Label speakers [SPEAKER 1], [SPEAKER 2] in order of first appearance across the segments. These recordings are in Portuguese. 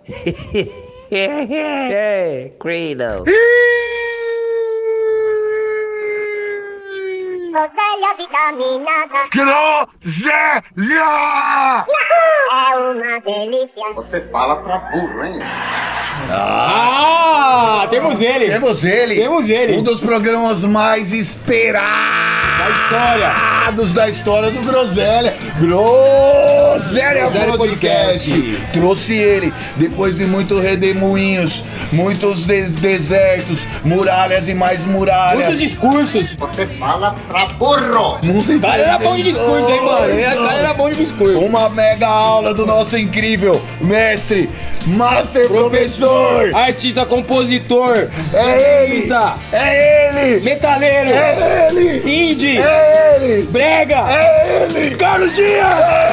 [SPEAKER 1] É, Cradle.
[SPEAKER 2] Groselha vitaminada.
[SPEAKER 3] Groselha!
[SPEAKER 2] É uma delícia.
[SPEAKER 3] Você fala pra burro, hein?
[SPEAKER 4] Temos ele.
[SPEAKER 5] Temos ele.
[SPEAKER 4] Temos ele.
[SPEAKER 5] Um dos programas mais esperados da história do Groselha. Groselha Podcast. Trouxe ele depois de muitos redemoinhos, muitos desertos, muralhas e mais muralhas.
[SPEAKER 4] Muitos discursos.
[SPEAKER 3] Você fala pra burro!
[SPEAKER 4] O cara era bom de discurso, hein, mano? O cara era bom de discurso.
[SPEAKER 5] Uma mega aula do nosso incrível mestre, master professor.
[SPEAKER 4] Artista, compositor.
[SPEAKER 5] É ele.
[SPEAKER 4] Artista.
[SPEAKER 5] É ele.
[SPEAKER 4] Metaleiro.
[SPEAKER 5] É ele.
[SPEAKER 4] Indie.
[SPEAKER 5] É ele.
[SPEAKER 4] Brega.
[SPEAKER 5] É ele.
[SPEAKER 4] Carlos Dias.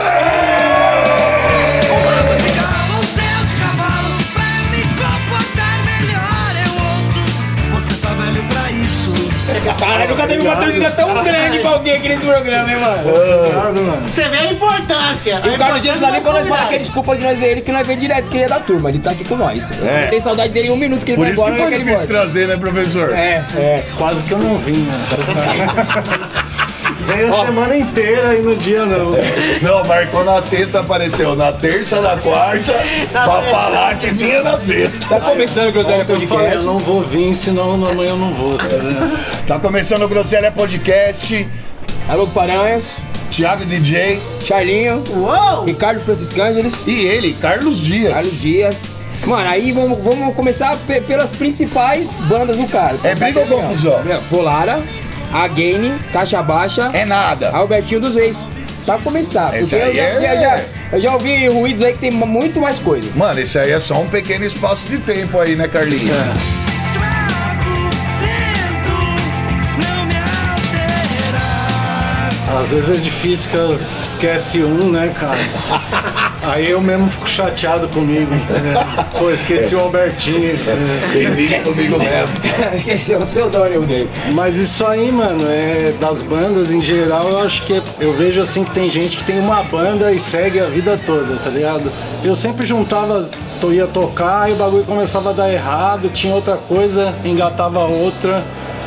[SPEAKER 4] Cara, nunca teve uma torcida tão grande pra alguém aqui nesse programa, hein, mano?
[SPEAKER 6] Você vê a importância.
[SPEAKER 4] E o Carlos Dias tá ali quando nós falamos que é desculpa de nós ver ele, que nós vê direto, que ele é da turma, ele tá aqui com nós.
[SPEAKER 5] É.
[SPEAKER 4] Tem saudade dele em um minuto que ele
[SPEAKER 5] Por
[SPEAKER 4] vai
[SPEAKER 5] isso
[SPEAKER 4] embora,
[SPEAKER 5] que
[SPEAKER 4] não
[SPEAKER 5] foi
[SPEAKER 4] quer ir
[SPEAKER 5] difícil
[SPEAKER 4] embora.
[SPEAKER 5] trazer, né, professor?
[SPEAKER 7] Quase que eu não vim, né? Veio a semana inteira e no dia não.
[SPEAKER 5] Não, marcou na sexta, apareceu na terça, na quarta, pra falar que vinha na sexta.
[SPEAKER 4] Tá começando o Groselha
[SPEAKER 7] Eu falei, eu
[SPEAKER 4] Podcast.
[SPEAKER 7] não vou vir, senão amanhã eu não vou. Tá vendo?
[SPEAKER 5] Tá começando o Groselha Podcast.
[SPEAKER 4] Alô, Paranhas,
[SPEAKER 5] Thiago DJ
[SPEAKER 4] Charlinho, Ricardo Francisco Ângeles,
[SPEAKER 5] e ele, Carlos Dias.
[SPEAKER 4] Carlos Dias. Mano, aí vamos começar pelas principais bandas do cara.
[SPEAKER 5] É briga ou confusão?
[SPEAKER 4] Polara, Again, Caixa Baixa,
[SPEAKER 5] É nada.
[SPEAKER 4] Albertinho dos Reis. Pra começar,
[SPEAKER 5] Esse
[SPEAKER 4] porque
[SPEAKER 5] aí
[SPEAKER 4] eu já ouvi ruídos aí que tem muito mais coisa.
[SPEAKER 5] Mano, esse aí é só um pequeno espaço de tempo aí, né, Carlinhos?
[SPEAKER 7] Às vezes é difícil que eu esquece um, né, cara? Aí eu mesmo fico chateado comigo, entendeu? Pô, esqueci o Albertinho.
[SPEAKER 5] Tem briga comigo mesmo.
[SPEAKER 4] Esqueci o pseudônimo dele.
[SPEAKER 7] Mas isso aí, mano, é das bandas em geral, eu acho que eu vejo assim que tem gente que tem uma banda e segue a vida toda, tá ligado? Eu sempre juntava, ia tocar e o bagulho começava a dar errado, tinha outra coisa, engatava outra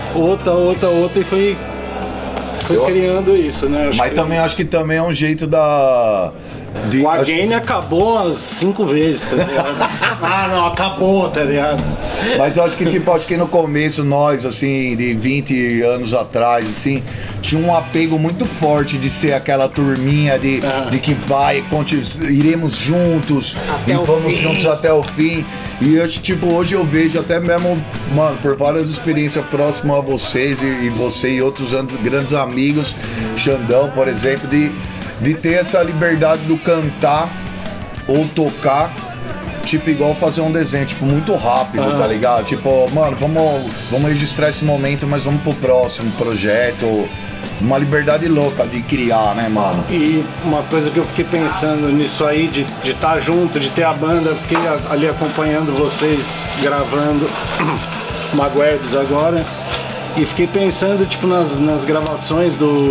[SPEAKER 7] e foi criando isso, né?
[SPEAKER 5] Mas também acho que também é um jeito da...
[SPEAKER 7] O Again acabou umas 5 vezes, tá ligado? Não, acabou, tá ligado?
[SPEAKER 5] Mas eu acho que, tipo, acho que no começo nós, assim, de 20 anos atrás, assim, tinha um apego muito forte de ser aquela turminha de que iremos juntos
[SPEAKER 6] Até
[SPEAKER 5] e
[SPEAKER 6] o
[SPEAKER 5] vamos
[SPEAKER 6] fim.
[SPEAKER 5] juntos até o fim. E eu, tipo, hoje eu vejo até mesmo, mano, por várias experiências próximas a vocês e você e outros grandes amigos, Xandão, por exemplo, de ter essa liberdade do cantar ou tocar, tipo, igual fazer um desenho, tipo, muito rápido, tá ligado? Tipo, mano, vamos registrar esse momento, mas vamos pro próximo projeto. Uma liberdade louca de criar, né, mano?
[SPEAKER 7] E uma coisa que eu fiquei pensando nisso aí, de estar junto, de ter a banda, eu fiquei ali acompanhando vocês gravando Maguebs agora, e fiquei pensando, tipo, nas gravações do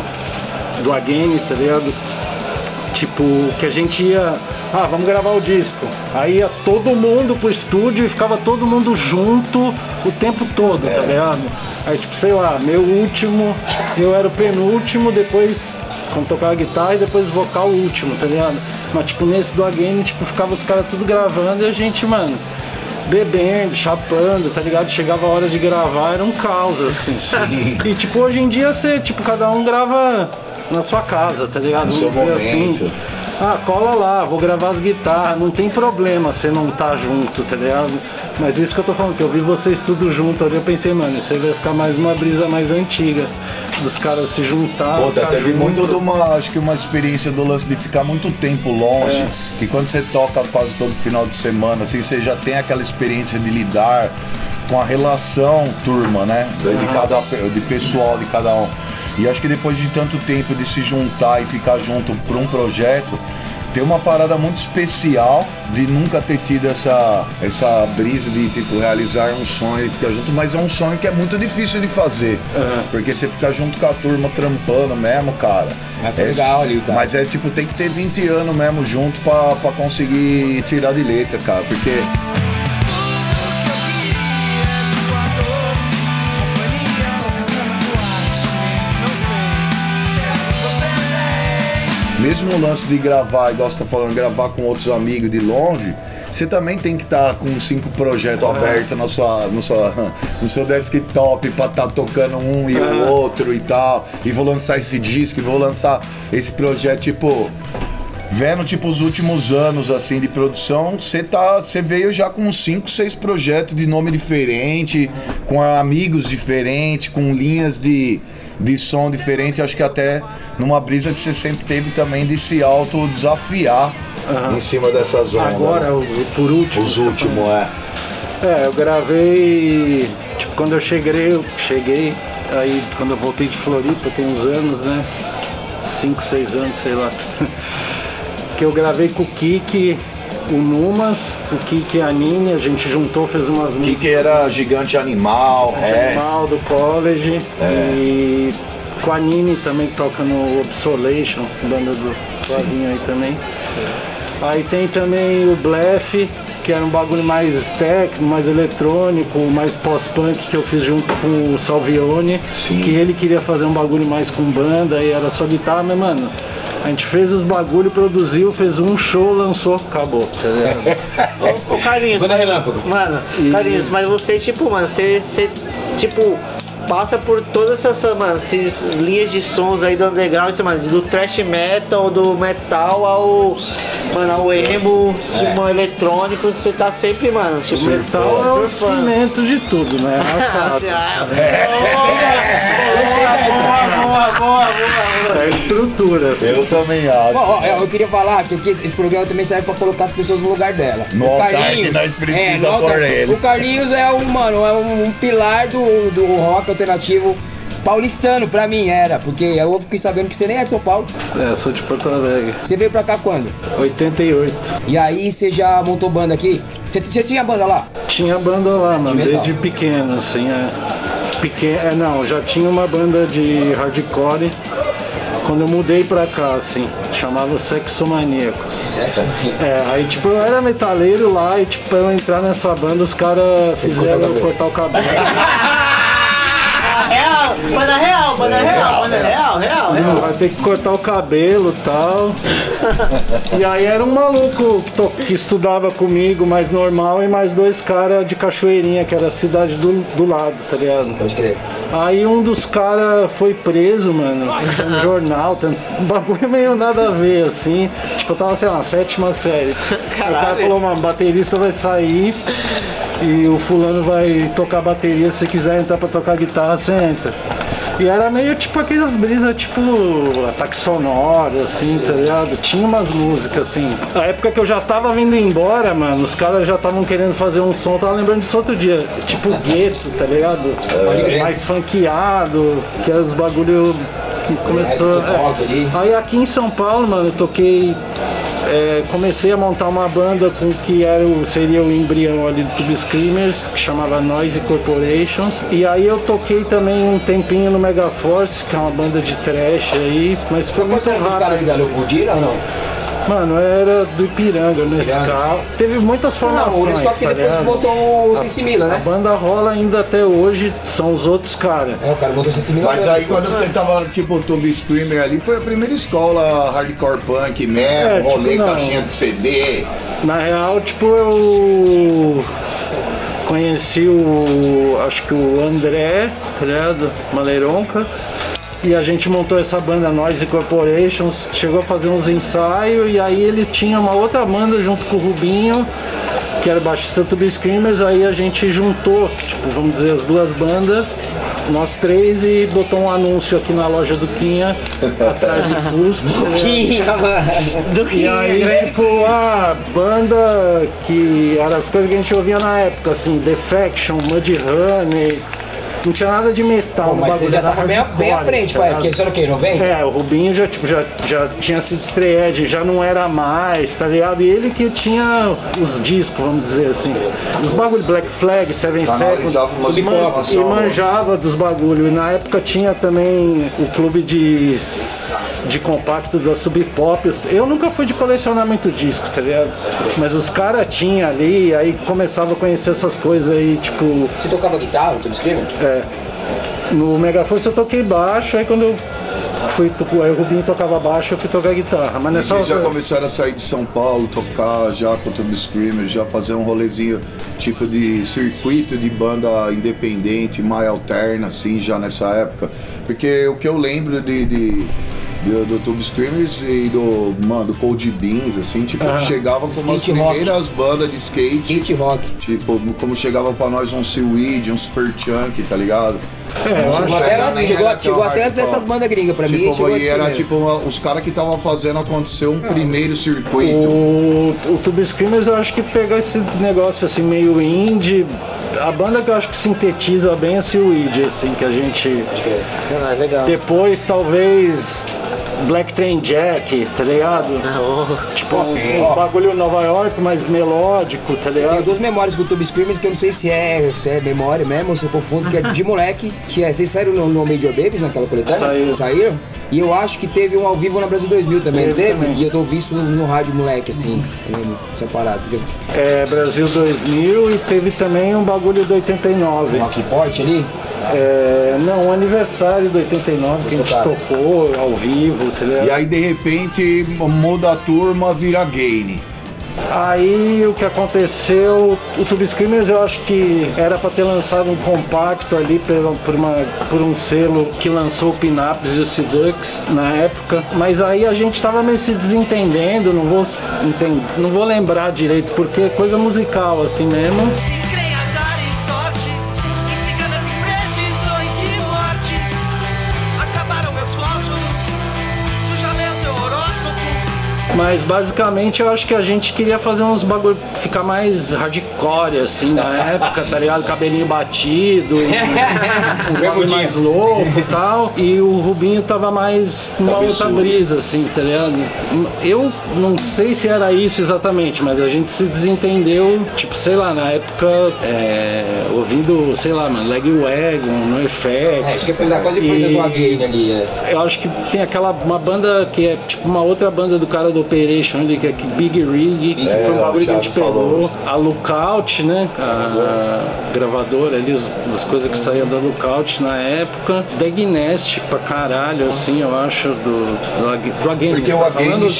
[SPEAKER 7] Again, tá ligado? Tipo, que a gente ia... vamos gravar o disco. Aí ia todo mundo pro estúdio e ficava todo mundo junto o tempo todo, tá ligado? Aí, tipo, sei lá, meu último, eu era o penúltimo, depois, quando tocava guitarra, e depois vocal o último, tá ligado? Mas, tipo, nesse do Again, tipo, ficava os caras tudo gravando e a gente, mano, bebendo, chapando, tá ligado? Chegava a hora de gravar, era um caos, assim. E, tipo, hoje em dia, você, tipo, cada um grava na sua casa, tá ligado?
[SPEAKER 5] No seu
[SPEAKER 7] Vamos dizer
[SPEAKER 5] momento.
[SPEAKER 7] assim, cola lá, vou gravar as guitarras, não tem problema você não tá junto, tá ligado? Mas isso que eu tô falando, que eu vi vocês tudo junto ali, eu pensei, mano, isso aí vai ficar mais uma brisa mais antiga, dos caras se juntar.
[SPEAKER 5] Pô,
[SPEAKER 7] ficar
[SPEAKER 5] teve
[SPEAKER 7] junto.
[SPEAKER 5] muito de acho que uma experiência do lance de ficar muito tempo longe, que quando você toca quase todo final de semana, assim, você já tem aquela experiência de lidar com a relação turma, né? De pessoal de cada um. E acho que depois de tanto tempo de se juntar e ficar junto para um projeto, tem uma parada muito especial de nunca ter tido essa brisa de, tipo, realizar um sonho e ficar junto, mas é um sonho que é muito difícil de fazer. Porque você fica junto com a turma trampando mesmo, cara.
[SPEAKER 4] Mas foi legal ali, cara.
[SPEAKER 5] Mas é tipo, tem que ter 20 anos mesmo junto pra conseguir tirar de letra, cara. Porque. Mesmo o lance de gravar, igual você tá falando, gravar com outros amigos de longe, você também tem que estar com 5 projetos abertos no seu desktop pra estar tocando um e o outro e tal. E vou lançar esse disco, e vou lançar esse projeto, tipo... Vendo, tipo, os últimos anos, assim, de produção, você veio já com 5, 6 projetos de nome diferente, com amigos diferentes, com linhas de som diferente. Acho que até numa brisa que você sempre teve também de se autodesafiar em cima dessas ondas.
[SPEAKER 7] Agora, por último.
[SPEAKER 5] Os últimos,
[SPEAKER 7] eu gravei, tipo, quando eu cheguei, aí quando eu voltei de Floripa, tem uns anos, né? 5, 6 anos, sei lá. Que eu gravei com o Kiki, o Numas, o Kiki e a Nini, a gente juntou, fez umas músicas.
[SPEAKER 5] Kiki era Gigante Animal,
[SPEAKER 7] Animal do College, e com a Nini também, que toca no Obsolation, banda do Flavinho aí também. Aí tem também o Bleff, que era um bagulho mais técnico, mais eletrônico, mais pós-punk, que eu fiz junto com o Salvione.
[SPEAKER 5] Sim.
[SPEAKER 7] Que ele queria fazer um bagulho mais com banda e era só guitarra, mas mano, a gente fez os bagulho, produziu, fez um show, lançou, acabou, tá ligado?
[SPEAKER 6] Ô Carlinhos, mano, Carlinhos, mas você, tipo, mano, você tipo, passa por todas essas, mano, essas linhas de sons aí do underground, mano, do thrash metal, do metal ao emo, tipo, eletrônico, você tá sempre, mano, tipo,
[SPEAKER 7] metal é o cimento de tudo, né? Boa. É estrutura, assim.
[SPEAKER 5] Eu também acho.
[SPEAKER 4] Bom, eu queria falar que aqui esse programa também serve pra colocar as pessoas no lugar dela.
[SPEAKER 5] No altar que nós precisamos por ele.
[SPEAKER 4] O Carlinhos é um pilar do rock alternativo paulistano, pra mim era, porque eu fiquei sabendo que você nem é de São Paulo.
[SPEAKER 7] É, sou de Porto Alegre.
[SPEAKER 4] Você veio pra cá quando?
[SPEAKER 7] 88.
[SPEAKER 4] E aí você já montou banda aqui? Você tinha banda lá?
[SPEAKER 7] Tinha banda lá, mano, desde pequeno, assim, não, já tinha uma banda de hardcore quando eu mudei pra cá, assim, chamava Sexomaníacos. Aí tipo, eu era metaleiro lá e tipo, pra eu entrar nessa banda os caras fizeram eu cortar o cabelo.
[SPEAKER 6] real.
[SPEAKER 7] Vai ter que cortar o cabelo e tal. E aí era um maluco que estudava comigo, mais normal, e mais 2 caras de Cachoeirinha, que era a cidade do lado, tá ligado?
[SPEAKER 4] Pode crer.
[SPEAKER 7] Aí um dos caras foi preso, mano, no jornal, um bagulho meio nada a ver, assim. Tipo, eu tava, sei lá, na 7ª série. Caralho. O cara falou, mano, baterista vai sair e o fulano vai tocar bateria, se você quiser entrar pra tocar guitarra, você entra. E era meio tipo aquelas brisas, tipo Ataque Sonoro, assim, tá ligado? Tinha umas músicas, assim. Na época que eu já tava vindo embora, mano, os caras já estavam querendo fazer um som, eu tava lembrando disso outro dia. Tipo Gueto, tá ligado? Mais funkeado, que era os bagulho que começou... Aí aqui em São Paulo, mano, eu toquei... comecei a montar uma banda com que seria o embrião ali do Tube Screamers, que chamava Noise Corporations. E aí eu toquei também um tempinho no Megaforce, que é uma banda de thrash aí, mas foi muito rápido.
[SPEAKER 4] Os caras da Leopoldina ou não?
[SPEAKER 7] Mano, era do Ipiranga, nesse carro. Teve muitas formações,
[SPEAKER 4] só que depois botou o Cicimila, né?
[SPEAKER 7] A banda rola ainda até hoje, são os outros caras.
[SPEAKER 4] O cara botou o Cicimila.
[SPEAKER 5] Mas aí quando você tava, tipo, o Tube Screamer ali, foi a primeira escola hardcore punk mesmo, rolê, caixinha de CD.
[SPEAKER 7] Na real, tipo, eu conheci acho que o André, tá ligado? Maleironca. E a gente montou essa banda Noise Corporations, chegou a fazer uns ensaios, e aí ele tinha uma outra banda junto com o Rubinho, que era baixista Tube Screamers. Aí a gente juntou, tipo, vamos dizer, as 2 bandas, nós 3, e botou um anúncio aqui na loja do Quinha, atrás do Fusco.
[SPEAKER 4] Quinha, mano.
[SPEAKER 7] E aí, tipo, a banda que eram as coisas que a gente ouvia na época, assim, Defection, Mudhoney, não tinha nada de metal.
[SPEAKER 4] Pô, mas você já
[SPEAKER 7] era
[SPEAKER 4] tava bem à
[SPEAKER 7] hardcore,
[SPEAKER 4] frente,
[SPEAKER 7] tá
[SPEAKER 4] pai.
[SPEAKER 7] ligado?
[SPEAKER 4] Porque isso era o quê? 90?
[SPEAKER 7] É, o Rubinho já, tipo, já tinha sido estreed, já não era mais, tá ligado? E ele que tinha os discos, vamos dizer assim. Os bagulho Black Flag, Seven Seconds.
[SPEAKER 5] Analisava umas
[SPEAKER 7] E
[SPEAKER 5] informações.
[SPEAKER 7] manjava dos bagulho. E na época tinha também o clube de compacto da Sub Pop. Eu nunca fui de colecionar muito disco, tá ligado? Mas os caras tinham ali, aí começava a conhecer essas coisas aí, tipo.
[SPEAKER 4] Você tocava guitarra no Tube Screamer?
[SPEAKER 7] É. No Mega Force eu toquei baixo, aí quando eu fui, aí o Rubinho tocava baixo, eu fui tocar guitarra. Mas nessa
[SPEAKER 5] Vocês já começaram a sair de São Paulo, tocar já com o Tube Screamer, já fazer um rolezinho tipo de circuito de banda independente, mais alterna, assim, já nessa época? Porque o que eu lembro do Tube Screamers e do Cold Beans, assim, tipo, chegava com umas
[SPEAKER 4] Skate rock.
[SPEAKER 5] primeiras bandas de skate.
[SPEAKER 4] Skate rock.
[SPEAKER 5] Tipo, como chegava pra nós um Seaweed, um Super Chunk, tá ligado?
[SPEAKER 7] eu acho
[SPEAKER 4] Chegou até antes dessas bandas gringas pra mim.
[SPEAKER 5] Tipo,
[SPEAKER 4] Chegou
[SPEAKER 5] e
[SPEAKER 4] antes
[SPEAKER 5] era
[SPEAKER 4] primeiro.
[SPEAKER 5] tipo os caras que estavam fazendo acontecer um primeiro circuito.
[SPEAKER 7] O Tube Screamers eu acho que pegou esse negócio assim meio indie. A banda que eu acho que sintetiza bem é a Seaweed, assim, que a gente.
[SPEAKER 6] Legal.
[SPEAKER 7] Depois talvez Black Train Jack, tá ligado? Tipo um bagulho Nova York, mais melódico, tá
[SPEAKER 4] Tem
[SPEAKER 7] ligado?
[SPEAKER 4] duas memórias com o Tube Screamers que eu não sei se é memória mesmo, ou se eu confundo, que é de moleque, que é. Vocês saíram no Major Babies naquela coletânea? Saíram? E eu acho que teve um ao vivo na Brasil 2000 também, não teve?
[SPEAKER 7] também.
[SPEAKER 4] E eu ouvi isso no rádio moleque, assim, eu lembro, separado.
[SPEAKER 7] É, Brasil 2000 e teve também um bagulho do 89.
[SPEAKER 4] Rockport ali?
[SPEAKER 7] É, não, o aniversário do 89 que a gente
[SPEAKER 4] tocaram.
[SPEAKER 7] tocou ao vivo, tá ligado?
[SPEAKER 5] E aí de repente muda a turma, vira Gaine.
[SPEAKER 7] Aí o que aconteceu, o Tube Screamers eu acho que era pra ter lançado um compacto ali por um selo que lançou o Pinaps e o Seducts na época, mas aí a gente tava meio se desentendendo, não vou lembrar direito, porque é coisa musical assim mesmo.
[SPEAKER 8] Se crê em azar e sorte, e siga nas previsões de morte. Acabaram meus fósforos, tu já leu teu horóscopo?
[SPEAKER 7] Mas basicamente eu acho que a gente queria fazer uns bagulho, ficar mais hardcore assim na época, tá ligado? Cabelinho batido, um bagulho mais louco e tal. E o Rubinho tava mais numa outra brisa, assim, tá ligado? Eu não sei se era isso exatamente, mas a gente se desentendeu, tipo, sei lá, na época, ouvindo, sei lá, mano, Lagwagon, NoFX.
[SPEAKER 4] Acho que é quase coisa do Again ali,
[SPEAKER 7] Eu acho que tem uma banda que é tipo uma outra banda do cara do Operation, que é Big Rig, que foi um bagulho que a gente pegou. A Lookout, né? A gravadora ali, as coisas que saíam da Lookout na época. Dagnest pra caralho, assim, eu acho, do Again.
[SPEAKER 5] Porque o Again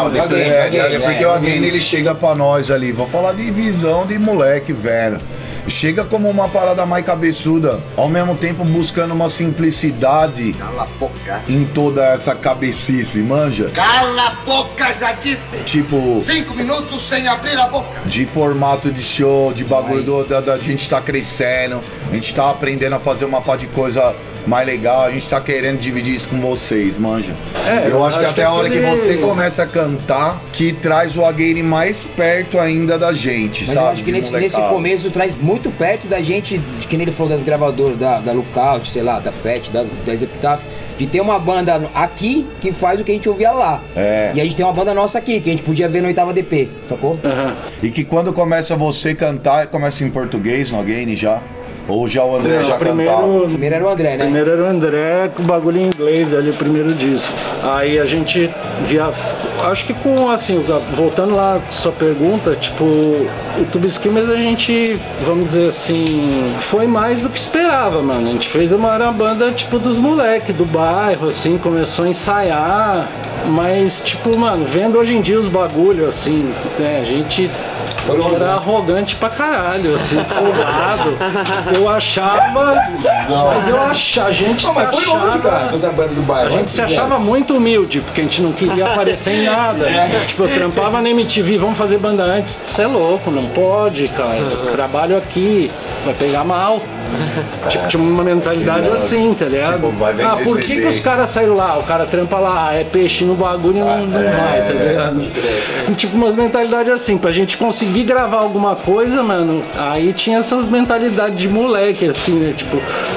[SPEAKER 5] chega. Porque o Again ele chega pra nós ali. Vou falar de visão de moleque, velho. Chega como uma parada mais cabeçuda, ao mesmo tempo buscando uma simplicidade em toda essa cabecice, manja?
[SPEAKER 3] Cala a boca, já disse!
[SPEAKER 5] Tipo,
[SPEAKER 3] 5 minutos sem abrir a boca!
[SPEAKER 5] de formato de show, de bagulho da gente tá crescendo, a gente tá aprendendo a fazer uma pá de coisa mais legal, a gente tá querendo dividir isso com vocês, manja. Eu acho que até a hora que você começa a cantar, que traz o Again mais perto ainda da gente,
[SPEAKER 4] mas
[SPEAKER 5] sabe?
[SPEAKER 4] eu acho que nesse começo traz muito perto da gente, de que nem ele falou das gravadoras, da Lookout, sei lá, da FET, das Epitaph, de ter uma banda aqui que faz o que a gente ouvia lá. E a gente tem uma banda nossa aqui, que a gente podia ver no 8ª DP, sacou?
[SPEAKER 5] E que quando começa você cantar, começa em português no Again já? Ou já o André já cantava?
[SPEAKER 4] Primeiro era o André, né?
[SPEAKER 7] Primeiro era o André com o bagulho em inglês ali, o primeiro disco. Aí a gente via. Acho que com, assim, voltando lá à sua pergunta, tipo, o Tube Screamers a gente, vamos dizer assim, foi mais do que esperava, mano. A gente fez uma banda, tipo, dos moleques do bairro, assim, começou a ensaiar, mas, tipo, mano, vendo hoje em dia os bagulhos, assim, né, a gente era arrogante pra caralho, assim, folgado. Eu achava, mas a gente se achava.
[SPEAKER 4] Essa banda do bairro.
[SPEAKER 7] A gente se achava muito humilde, porque a gente não queria aparecer em nada. Tipo, eu trampava na MTV, vamos fazer banda antes. Você é louco, não pode, cara. Eu trabalho aqui, vai pegar mal. Tipo, tinha uma mentalidade assim, tá ligado?
[SPEAKER 5] Tipo, vai vender
[SPEAKER 7] Por que
[SPEAKER 5] CD.
[SPEAKER 7] os caras saíram lá? O cara trampa lá, é peixe no bagulho e não vai, tá ligado? Tipo, umas mentalidades assim, pra gente conseguir gravar alguma coisa, mano, aí tinha essas mentalidades de moleque, assim, né? Tipo,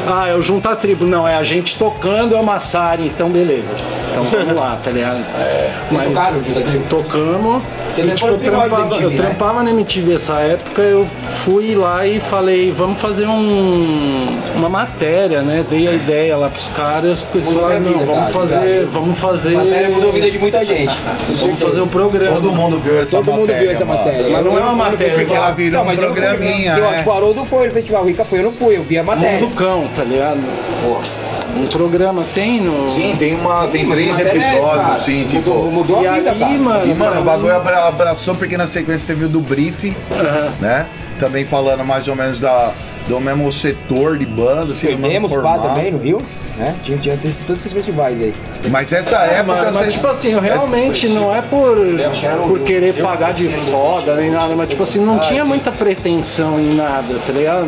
[SPEAKER 7] Ah, eu junto a tribo. Não, é a gente tocando, é uma Sari, então beleza. Então vamos lá, tá ligado?
[SPEAKER 4] Vocês tocaram junto a tribo?
[SPEAKER 7] Tocamos.
[SPEAKER 4] Você
[SPEAKER 7] E,
[SPEAKER 4] depois pegou a MTV,
[SPEAKER 7] eu
[SPEAKER 4] né?
[SPEAKER 7] trampava na MTV essa época, eu fui lá e falei, vamos fazer uma matéria, né? Dei a ideia lá pros caras, eles
[SPEAKER 4] Mudou
[SPEAKER 7] falaram,
[SPEAKER 4] minha
[SPEAKER 7] não,
[SPEAKER 4] vida, cara,
[SPEAKER 7] vamos fazer.
[SPEAKER 4] Matéria mudou a vida de muita gente.
[SPEAKER 7] Vamos fazer um programa.
[SPEAKER 5] Todo mundo viu essa
[SPEAKER 4] Todo
[SPEAKER 5] matéria.
[SPEAKER 4] mundo viu essa
[SPEAKER 5] mano.
[SPEAKER 4] matéria.
[SPEAKER 7] Mas não é uma matéria.
[SPEAKER 5] Porque ela virou
[SPEAKER 4] Não, mas
[SPEAKER 5] um
[SPEAKER 4] eu não fui,
[SPEAKER 5] programinha,
[SPEAKER 4] porque, ó,
[SPEAKER 5] né?
[SPEAKER 4] tipo, o Haroldo foi no Festival Rica, foi, eu não fui, eu vi a matéria.
[SPEAKER 7] Mundo Cão, tá ligado? Um programa tem no.
[SPEAKER 5] Sim, tem
[SPEAKER 4] Mas
[SPEAKER 5] 3
[SPEAKER 4] matéria,
[SPEAKER 5] episódios,
[SPEAKER 4] cara,
[SPEAKER 5] sim, tipo.
[SPEAKER 4] Mudou
[SPEAKER 7] E
[SPEAKER 4] a vida,
[SPEAKER 7] aí,
[SPEAKER 4] cara.
[SPEAKER 7] mano,
[SPEAKER 5] E, mano, o bagulho abraçou porque na sequência teve o do Brief, né? Também falando mais ou menos do mesmo setor de banda, assim, do mesmo
[SPEAKER 4] Perdemos pá
[SPEAKER 5] formato.
[SPEAKER 4] também no Rio, né? Tinha todos esses festivais aí.
[SPEAKER 5] Mas essa época,
[SPEAKER 7] Mas
[SPEAKER 5] vocês-
[SPEAKER 7] tipo assim, eu realmente não é por querer pagar de foda nem nada, mas tipo assim, não tinha muita pretensão em nada, tá ligado?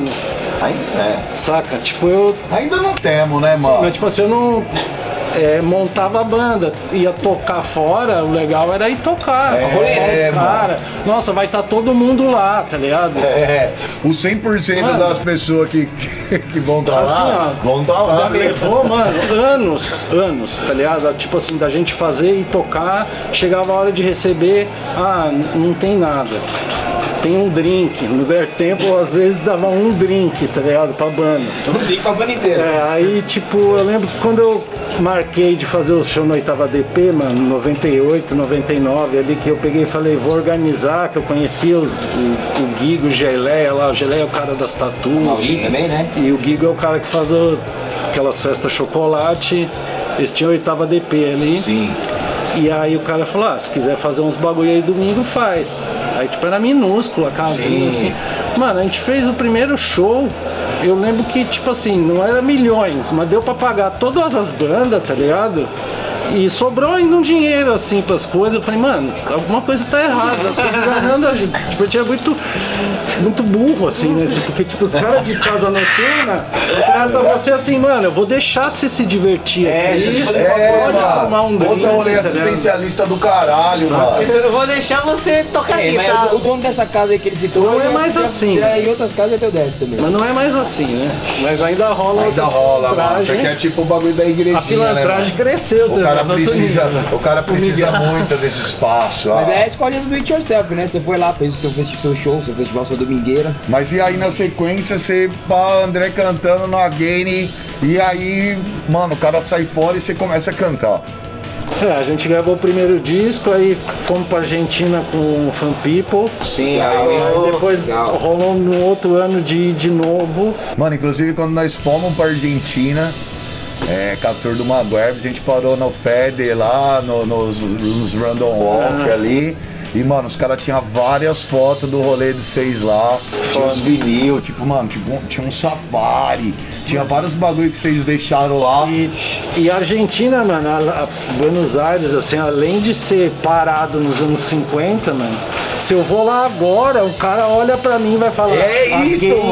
[SPEAKER 7] Saca? Tipo, eu.
[SPEAKER 5] Ainda não temos, né, mano?
[SPEAKER 7] Mas tipo assim, eu não. Montava a banda, ia tocar fora, o legal era ir tocar, arrumar os
[SPEAKER 5] mano.
[SPEAKER 7] caras. Nossa, vai estar todo mundo lá, tá ligado?
[SPEAKER 5] O 100%
[SPEAKER 7] Mano.
[SPEAKER 5] das pessoas que vão estar
[SPEAKER 7] Assim,
[SPEAKER 5] lá,
[SPEAKER 7] ó,
[SPEAKER 5] vão estar lá.
[SPEAKER 7] levou, mano, anos, tá ligado? Tipo assim, da gente fazer e tocar, chegava a hora de receber, não tem nada. Tem um drink, no der tempo, às vezes dava um drink, tá ligado? Pra banda.
[SPEAKER 4] Um drink pra banda inteira.
[SPEAKER 7] Aí, tipo, eu lembro que quando eu marquei de fazer o show no 8ª DP, mano, 98, 99, ali que eu peguei e falei, vou organizar, que eu conhecia o Guigo, o Geleia lá, o Geleia é o cara das tatuas.
[SPEAKER 4] Maurinho também, né?
[SPEAKER 7] E o Guigo é o cara que faz aquelas festas chocolate. Eles tinham 8ª DP ali.
[SPEAKER 5] Sim.
[SPEAKER 7] E aí o cara falou, se quiser fazer uns bagulho aí domingo, faz. Aí tipo, era minúscula a casinha, assim. Mano, a gente fez o primeiro show, eu lembro que, tipo assim, não era milhões, mas deu pra pagar todas as bandas, tá ligado? E sobrou ainda um dinheiro, assim, pras coisas. Eu falei, mano, alguma coisa tá errada. Eu tô enganando a gente. Tipo, a gente é muito burro, assim, né? Porque, tipo, os caras de casa noturna, o cara tava assim, assim, mano, eu vou deixar você se divertir aqui. Você pode tomar um drink.
[SPEAKER 5] Outro rolê
[SPEAKER 7] tá ligado?
[SPEAKER 5] assistencialista do caralho, mano.
[SPEAKER 6] Eu vou deixar você tocar
[SPEAKER 4] Mas
[SPEAKER 6] guitarra.
[SPEAKER 4] o dono dessa casa aí que ele citou.
[SPEAKER 7] Não é mais assim.
[SPEAKER 4] Em outras casas já deu 10 também.
[SPEAKER 7] Mas não é mais assim, né? Mas ainda rola
[SPEAKER 5] Ainda rola, mano.
[SPEAKER 7] pilantragem.
[SPEAKER 5] Porque é tipo o bagulho da
[SPEAKER 7] A
[SPEAKER 5] igrejinha, né,
[SPEAKER 7] pilantragem
[SPEAKER 5] mano?
[SPEAKER 7] cresceu,
[SPEAKER 5] O cara
[SPEAKER 7] tá
[SPEAKER 5] precisa muito desse espaço.
[SPEAKER 4] Mas é a escolinha do it yourself, né? Você foi lá, fez o seu show, seu festival, sua domingueira.
[SPEAKER 5] Mas e aí na sequência você pá, André cantando no Again, e aí, mano, o cara sai fora e você começa a cantar.
[SPEAKER 7] A gente gravou o primeiro disco, aí fomos pra Argentina com o Fan People.
[SPEAKER 5] Sim,
[SPEAKER 7] Aí depois rolou um outro ano de ir de novo.
[SPEAKER 5] Mano, inclusive quando nós fomos pra Argentina, com a tour do Maguerbs, a gente parou no Fede lá, nos Random Walk ali. E, mano, os caras tinham várias fotos do rolê de vocês lá. Tinha uns vinil, tipo, mano, tinha um safari. Tinha vários bagulho que vocês deixaram lá.
[SPEAKER 7] E a Argentina, mano, a Buenos Aires, assim, além de ser parado nos anos 50, mano, se eu vou lá agora, o cara olha pra mim e vai falar.
[SPEAKER 5] É isso,
[SPEAKER 7] Again.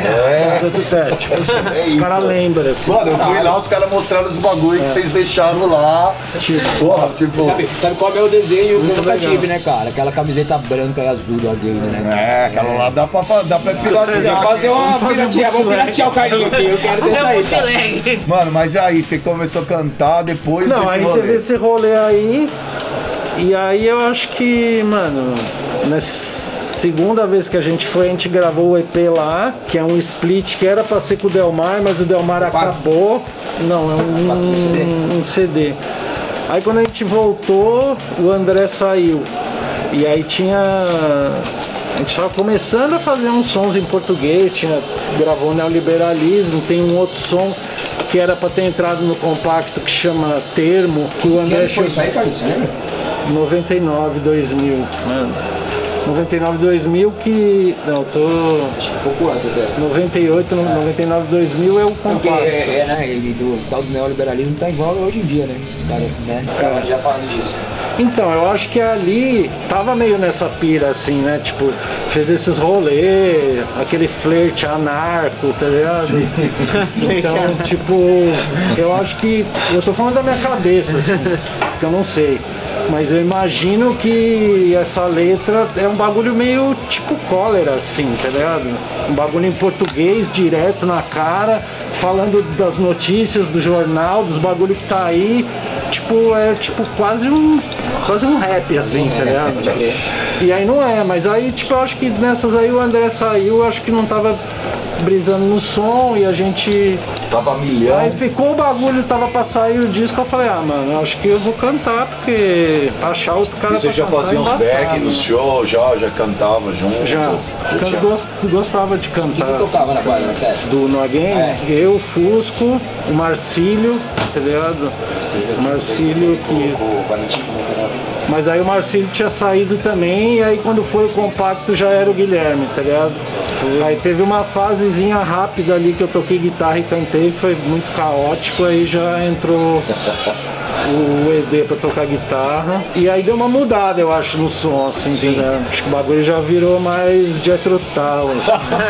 [SPEAKER 5] mano.
[SPEAKER 7] Tipo, os caras lembram, assim.
[SPEAKER 5] Mano, eu fui lá, os caras mostraram os bagulho que vocês deixaram lá. Porra, tipo.
[SPEAKER 4] Sabe qual é o desenho que eu nunca
[SPEAKER 7] legal.
[SPEAKER 4] tive, né, cara? Aquela camiseta branca e azul do Again, né?
[SPEAKER 5] Aquela lá dá pra piratear.
[SPEAKER 4] Fazer uma piratear, vamos piratear o carinho aqui, eu quero dessa aí, cara.
[SPEAKER 5] Mano, mas aí, você começou a cantar depois
[SPEAKER 7] Não,
[SPEAKER 5] desse
[SPEAKER 7] aí
[SPEAKER 5] rolê.
[SPEAKER 7] teve esse rolê aí. E aí eu acho que, mano, na segunda vez que a gente foi, a gente gravou o EP lá, que é um split que era pra ser com o Delmar, mas o Delmar acabou. Não, é um CD. Aí quando a gente voltou, o André saiu. E aí a gente tava começando a fazer uns sons em português, gravou Neoliberalismo, tem um outro som que era pra ter entrado no compacto que chama Termo, que o André
[SPEAKER 4] Foi isso aí, Carlos, você lembra?
[SPEAKER 7] 99, 2000, mano. 99, 2000 que... Não, tô...
[SPEAKER 4] Acho que pouco antes até.
[SPEAKER 7] 98, 99, 2000 é o
[SPEAKER 4] Porque
[SPEAKER 7] compacto.
[SPEAKER 4] né, e do tal do neoliberalismo tá em voga hoje em dia, né? Os caras, né? Já falando disso.
[SPEAKER 7] Então, eu acho que ali tava meio nessa pira, assim, né? Tipo, fez esses rolês, aquele flerte anarco, tá ligado? Então, tipo, eu acho que... Eu tô falando da minha cabeça, assim, porque eu não sei. Mas eu imagino que essa letra é um bagulho meio tipo cólera, assim, tá ligado? Um bagulho em português, direto na cara, falando das notícias do jornal, dos bagulho que tá aí. Tipo, é tipo quase um rap, assim, tá ligado? E aí não é, mas aí, tipo, eu acho que nessas aí o André saiu, eu acho que não tava brisando no som e a gente...
[SPEAKER 5] Tava milhão.
[SPEAKER 7] Aí ficou o bagulho, tava pra sair o disco, eu falei, mano, eu acho que eu vou cantar, porque achar outro cara
[SPEAKER 5] E você
[SPEAKER 7] pra
[SPEAKER 5] já
[SPEAKER 7] cantar
[SPEAKER 5] fazia
[SPEAKER 7] é
[SPEAKER 5] uns
[SPEAKER 7] embaçado.
[SPEAKER 5] back no show, já cantava junto?
[SPEAKER 7] Já. Gostava de cantar.
[SPEAKER 4] Quem tocava na quadra, na série?
[SPEAKER 7] Do No Again, eu, Fusco, o Marcílio, tá ligado? O Marcílio que...
[SPEAKER 4] O Valentim,
[SPEAKER 7] Mas aí o Marcílio tinha saído também, e aí quando foi o compacto já era o Guilherme, tá ligado? Aí teve uma fasezinha rápida ali que eu toquei guitarra e cantei, foi muito caótico, aí já entrou o ED pra tocar guitarra. E aí deu uma mudada, eu acho, no som, assim, entendeu? Acho que o bagulho já virou mais Jethro Tull, assim.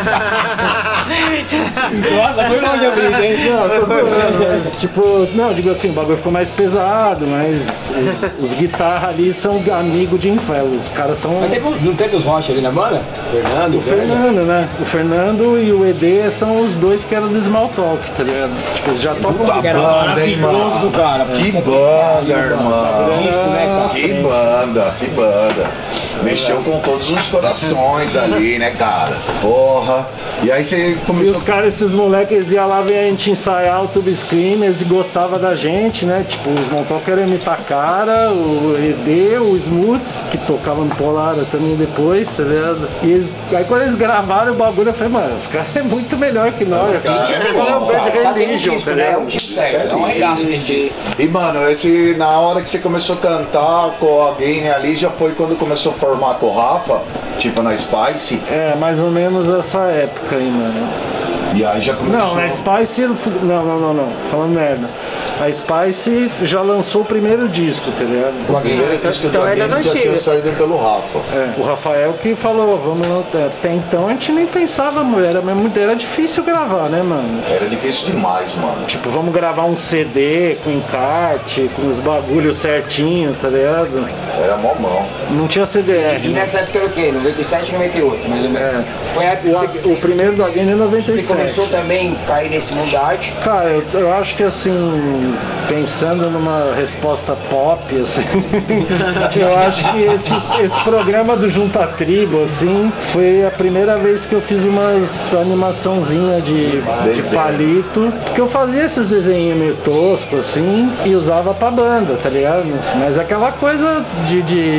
[SPEAKER 4] Nossa, foi longe a brisa, hein?
[SPEAKER 7] Não, tô zoando, mas, tipo, não, digo assim, o bagulho ficou mais pesado, mas os guitarras ali são amigos de inferno, os caras são...
[SPEAKER 4] Mas não teve os Rocha ali na banda? Fernando,
[SPEAKER 7] O Fernando, né? O Fernando e o ED são os dois que eram do Small Talk, tá ligado? Tipo, eles já tocam...
[SPEAKER 5] Puta banda, hein, mano?
[SPEAKER 4] cara.
[SPEAKER 5] Que banda, irmão.
[SPEAKER 4] Disco, né, cara?
[SPEAKER 5] Que banda. Mexeu com todos os corações ali, né, cara? Porra. E aí você
[SPEAKER 7] E
[SPEAKER 5] começou...
[SPEAKER 7] os caras, esses moleques, eles iam lá ver a gente ensaiar o Tube Screamers e gostavam da gente, né? Tipo, os Small Talk eram imitar cara, o ED, o Smooths, que tocava no Polara também depois, tá ligado? E eles, aí quando eles gravaram o bagulho, eu falei, mano, os caras é muito melhor que nós. Assim, tipo, é um Bad Religion, tá
[SPEAKER 4] né? É
[SPEAKER 7] ligado?
[SPEAKER 4] um tipo certo, é um regaço que a gente...
[SPEAKER 5] E, mano, na hora que você começou a cantar com alguém, né, ali, já foi quando começou a formar com o Rafa, tipo na Spice.
[SPEAKER 7] É, mais ou menos essa época aí, mano.
[SPEAKER 5] E aí já começou...
[SPEAKER 7] Não, a Spice... Não. Falando merda. A Spice já lançou o primeiro disco, tá ligado?
[SPEAKER 5] O primeiro disco
[SPEAKER 6] então
[SPEAKER 5] da
[SPEAKER 6] é das
[SPEAKER 5] Game já tinha
[SPEAKER 6] antigas.
[SPEAKER 5] saído pelo Rafa.
[SPEAKER 7] É, o Rafael que falou, vamos lá. Até então a gente nem pensava, era difícil gravar, né, mano?
[SPEAKER 5] Era difícil demais, mano.
[SPEAKER 7] Tipo, vamos gravar um CD com encarte, com os bagulhos certinho, tá ligado?
[SPEAKER 5] Era mó mão.
[SPEAKER 7] Não tinha CDR.
[SPEAKER 4] E
[SPEAKER 7] né?
[SPEAKER 4] nessa época era o quê? 97, 98, mais ou menos. Foi a época que
[SPEAKER 7] O primeiro do Again é
[SPEAKER 4] você
[SPEAKER 7] 97.
[SPEAKER 4] começou também a cair nesse mundo da arte.
[SPEAKER 7] Cara, eu acho que assim, pensando numa resposta pop, assim, eu acho que esse programa do Junta Tribo, assim, foi a primeira vez que eu fiz umas animaçãozinha de palito, porque eu fazia esses desenhos meio toscos, assim, e usava pra banda, tá ligado? Mas aquela coisa de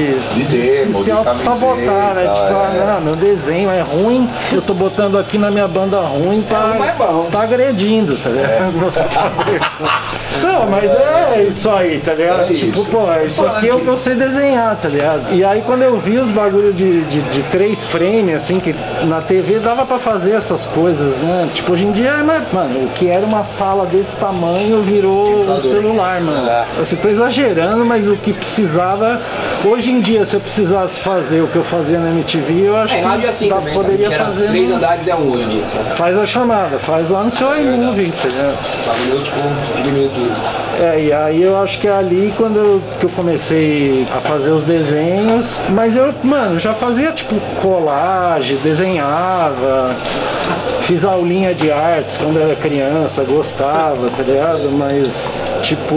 [SPEAKER 5] demo,
[SPEAKER 7] se
[SPEAKER 5] de
[SPEAKER 7] auto-sabotar, né?
[SPEAKER 5] camiseta,
[SPEAKER 7] Tipo, não, meu desenho é ruim, eu tô botando aqui na minha banda ruim pra estar agredindo, tá ligado? Nossa cabeça. Não, mas é isso aí, tá ligado?
[SPEAKER 5] É
[SPEAKER 7] tipo,
[SPEAKER 5] isso.
[SPEAKER 7] pô, isso aqui é o que eu sei desenhar, tá ligado? E aí quando eu vi os bagulho de 3 frames, assim, que na TV dava pra fazer essas coisas, né? Tipo, hoje em dia, mano, o que era uma sala desse tamanho virou um celular, mano. Assim, tô exagerando, mas o que precisava... Hoje em dia, se eu precisasse fazer o que eu fazia na MTV, eu acho que
[SPEAKER 4] rádio assim também,
[SPEAKER 7] poderia
[SPEAKER 4] era
[SPEAKER 7] fazer...
[SPEAKER 4] 3 andares é um hoje em dia.
[SPEAKER 7] Faz a chamada, faz lá no seu iMovie, entendeu?
[SPEAKER 4] Bagulho, tipo, diminuiu tudo.
[SPEAKER 7] E aí eu acho que é ali quando que eu comecei a fazer os desenhos, mas eu, mano, já fazia tipo colagem, desenhava, fiz aulinha de artes quando eu era criança, gostava, tá ligado? Mas, tipo,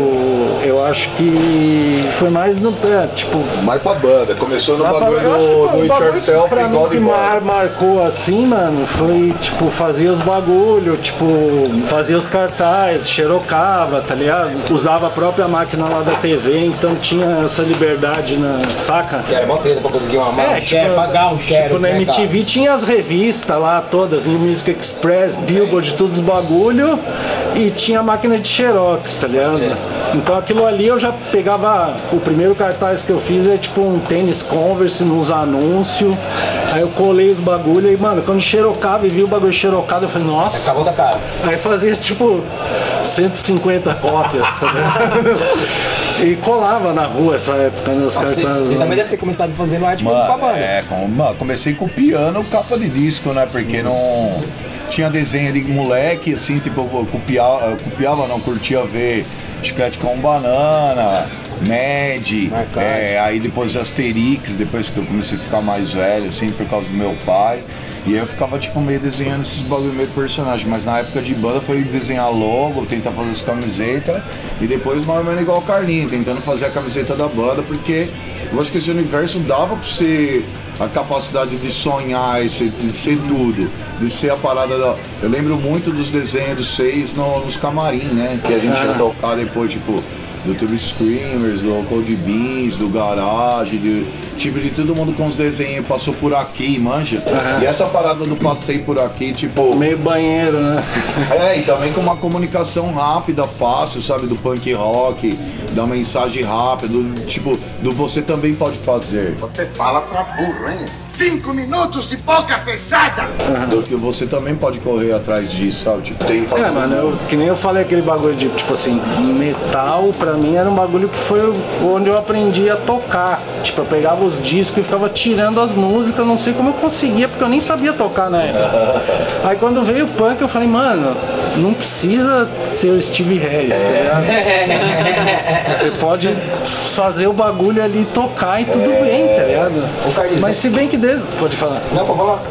[SPEAKER 7] eu acho que foi mais no, tipo...
[SPEAKER 5] Mais pra banda, começou no
[SPEAKER 7] Mas
[SPEAKER 5] bagulho
[SPEAKER 7] eu acho que
[SPEAKER 5] do
[SPEAKER 7] o
[SPEAKER 5] It
[SPEAKER 7] bagulho
[SPEAKER 5] Yourself
[SPEAKER 7] pra
[SPEAKER 5] e
[SPEAKER 7] mim
[SPEAKER 5] God
[SPEAKER 7] que marcou assim, mano, foi tipo fazer os bagulho, tipo, fazia os cartazes, xerocava, tá ligado? Usava a própria máquina lá da TV, então tinha essa liberdade na saca?
[SPEAKER 4] Que era mó treta pra conseguir uma pagar um
[SPEAKER 7] Tipo,
[SPEAKER 4] share.
[SPEAKER 7] na MTV tinha as revistas lá todas, New Music Express, Billboard, todos os bagulho, e tinha a máquina de xerox, tá ligado? Então aquilo ali eu já pegava, o primeiro cartaz que eu fiz é tipo um tênis Converse nos anúncios, aí eu colei os bagulho e, mano, quando xerocava e vi o bagulho xerocado, eu falei, nossa.
[SPEAKER 4] Acabou da cara.
[SPEAKER 7] Aí fazia tipo 150 cópias, tá ligado? E colava na rua essa época, né, os cartazes.
[SPEAKER 4] Você também deve ter começado fazendo arte com a banda.
[SPEAKER 5] Comecei copiando capa de disco, né? Porque não tinha desenho de moleque, assim, tipo, eu copiava, não, curtia ver Chiclete com Banana, Mad, aí depois Asterix, depois que eu comecei a ficar mais velho, assim, por causa do meu pai. E aí eu ficava tipo meio desenhando esses bagulho meio personagem, mas na época de banda foi desenhar logo, tentar fazer as camisetas e depois mais ou menos igual o Carlinho, tentando fazer a camiseta da banda, porque eu acho que esse universo dava pra você a capacidade de sonhar, de ser tudo, de ser a parada da... Eu lembro muito dos desenhos dos 6 nos camarim, né? Que a gente ia tocar depois, tipo, do Tube Screamers, do Cold Beans, do Garage, de todo mundo com os desenhos passou por aqui, manja. E essa parada do passei por aqui, tipo...
[SPEAKER 7] Meio banheiro, né?
[SPEAKER 5] E também com uma comunicação rápida, fácil, sabe? Do punk rock, da mensagem rápida, tipo, do você também pode fazer.
[SPEAKER 3] Você fala pra burro, hein? 5 minutos de boca fechada!
[SPEAKER 5] Do que você também pode correr atrás disso, sabe? Tipo, tem...
[SPEAKER 7] mano, que nem eu falei aquele bagulho de, tipo assim, metal pra mim era um bagulho que foi onde eu aprendi a tocar. Tipo, eu pegava os discos e ficava tirando as músicas, não sei como eu conseguia, porque eu nem sabia tocar na época. Aí quando veio o punk eu falei, mano, não precisa ser o Steve Harris, tá ligado? Você pode fazer o bagulho ali, tocar e tudo bem, tá ligado? Mas se bem que pode falar.
[SPEAKER 4] Não, pode falar.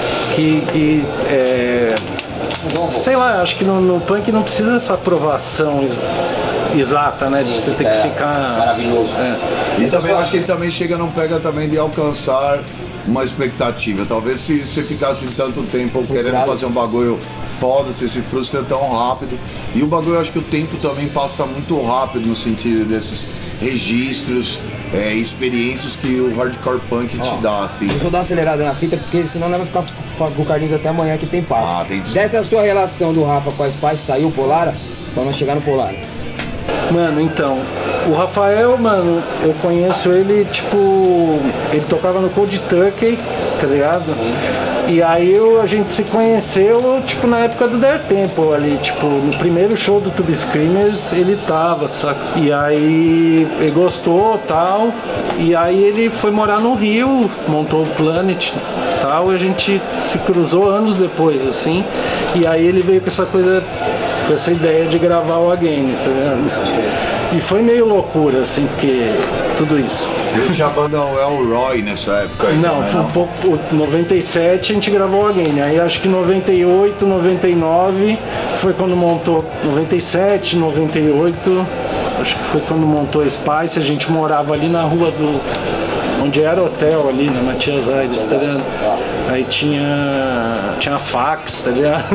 [SPEAKER 7] Sei lá, acho que no punk não precisa essa aprovação exata, né?
[SPEAKER 4] Sim,
[SPEAKER 7] de você ter que ficar...
[SPEAKER 4] Maravilhoso.
[SPEAKER 5] E também eu acho que ele também chega, não pega também de alcançar uma expectativa. Talvez se você ficasse tanto tempo querendo fazer um bagulho foda, você se frustra tão rápido. E o bagulho, eu acho que o tempo também passa muito rápido no sentido desses registros, experiências que o hardcore punk te dá, assim.
[SPEAKER 4] Deixa eu dar uma acelerada na fita, porque senão nós vamos ficar com o Carlinhos até amanhã que tem papo. Dessa é a sua relação do Rafa com a Spice, saiu o Polara, pra nós chegar no Polara.
[SPEAKER 7] Mano, então, o Rafael, mano, eu conheço ele, tipo, ele tocava no Cold Turkey, tá ligado? E aí a gente se conheceu, tipo, na época do Dare Temple ali, tipo, no primeiro show do Tube Screamers ele tava, saca? E aí ele gostou, tal, e aí ele foi morar no Rio, montou o Planet, tal, e a gente se cruzou anos depois, assim, e aí ele veio com essa coisa, com essa ideia de gravar o Again, tá ligado? E foi meio loucura, assim, porque tudo isso.
[SPEAKER 5] Eu tinha a banda Elroy nessa época aí.
[SPEAKER 7] Não, foi um pouco. 97 a gente gravou Again. Aí acho que 98, 99 foi quando montou. 97, 98, acho que foi quando montou a Spice. A gente morava ali na rua do. Onde era hotel ali, na Matias Aires, tá ligado? Aí tinha fax, tá ligado?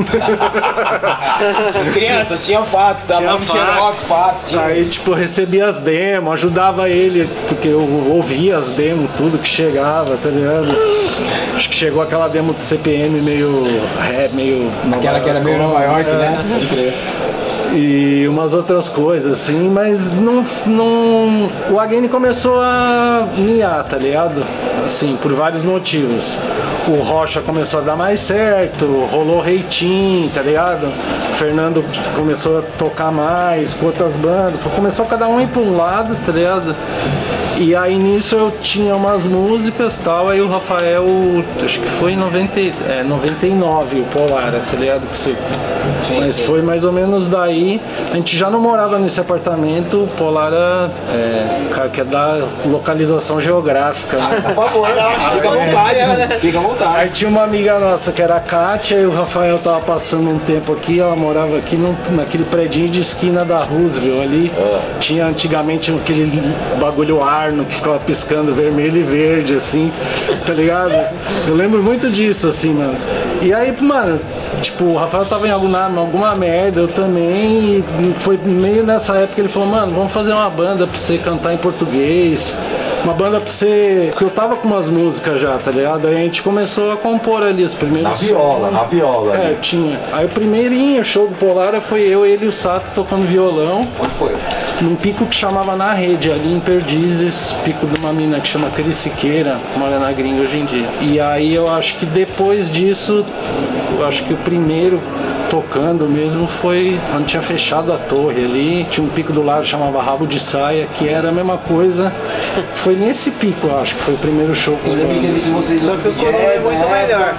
[SPEAKER 4] Crianças tinham fax, tá? Tinha fax.
[SPEAKER 7] Aí, tipo, recebia as demos, ajudava ele, porque eu ouvia as demos, tudo que chegava, tá ligado? Acho que chegou aquela demo do CPM meio meio...
[SPEAKER 4] Aquela que era meio Nova York, né? Pode crer.
[SPEAKER 7] E umas outras coisas, assim, mas não o Again começou a miar, tá ligado? Assim, por vários motivos. O Rocha começou a dar mais certo, rolou Reitinho, tá ligado? O Fernando começou a tocar mais com outras bandas, começou cada um ir pra um lado, tá ligado? E aí nisso eu tinha umas músicas e tal, aí o Rafael, acho que foi em 99 o Polara, tá ligado? Mas foi mais ou menos daí, a gente já não morava nesse apartamento, o Polara, cara, quer dar localização geográfica, né?
[SPEAKER 4] Por favor, fica à vontade, fica à vontade.
[SPEAKER 7] Aí tinha uma amiga nossa que era a Kátia, e o Rafael tava passando um tempo aqui, ela morava aqui naquele predinho de esquina da Roosevelt ali, tinha antigamente aquele bagulho Arno que ficava piscando vermelho e verde, assim, tá ligado? Eu lembro muito disso, assim, mano. E aí, mano, tipo, o Rafael tava em alguma merda, eu também, e foi meio nessa época ele falou, mano, vamos fazer uma banda pra você cantar em português, uma banda pra você... Porque eu tava com umas músicas já, tá ligado? Aí a gente começou a compor ali os primeiros...
[SPEAKER 5] Na viola.
[SPEAKER 7] Tinha. Aí o primeirinho show do Polara foi eu, ele e o Sato tocando violão.
[SPEAKER 4] Onde foi?
[SPEAKER 7] Num pico que chamava Na Rede, ali em Perdizes, pico de uma mina que chama Cris Siqueira, mora na gringa hoje em dia. E aí eu acho que depois disso, eu acho que o primeiro tocando mesmo foi quando tinha fechado a torre ali, tinha um pico do lado que chamava Rabo de Saia, que era a mesma coisa. Foi nesse pico, eu acho que foi o primeiro show com
[SPEAKER 4] Eu lembro que eu vi vocês
[SPEAKER 6] Só que o Colombo é muito melhor.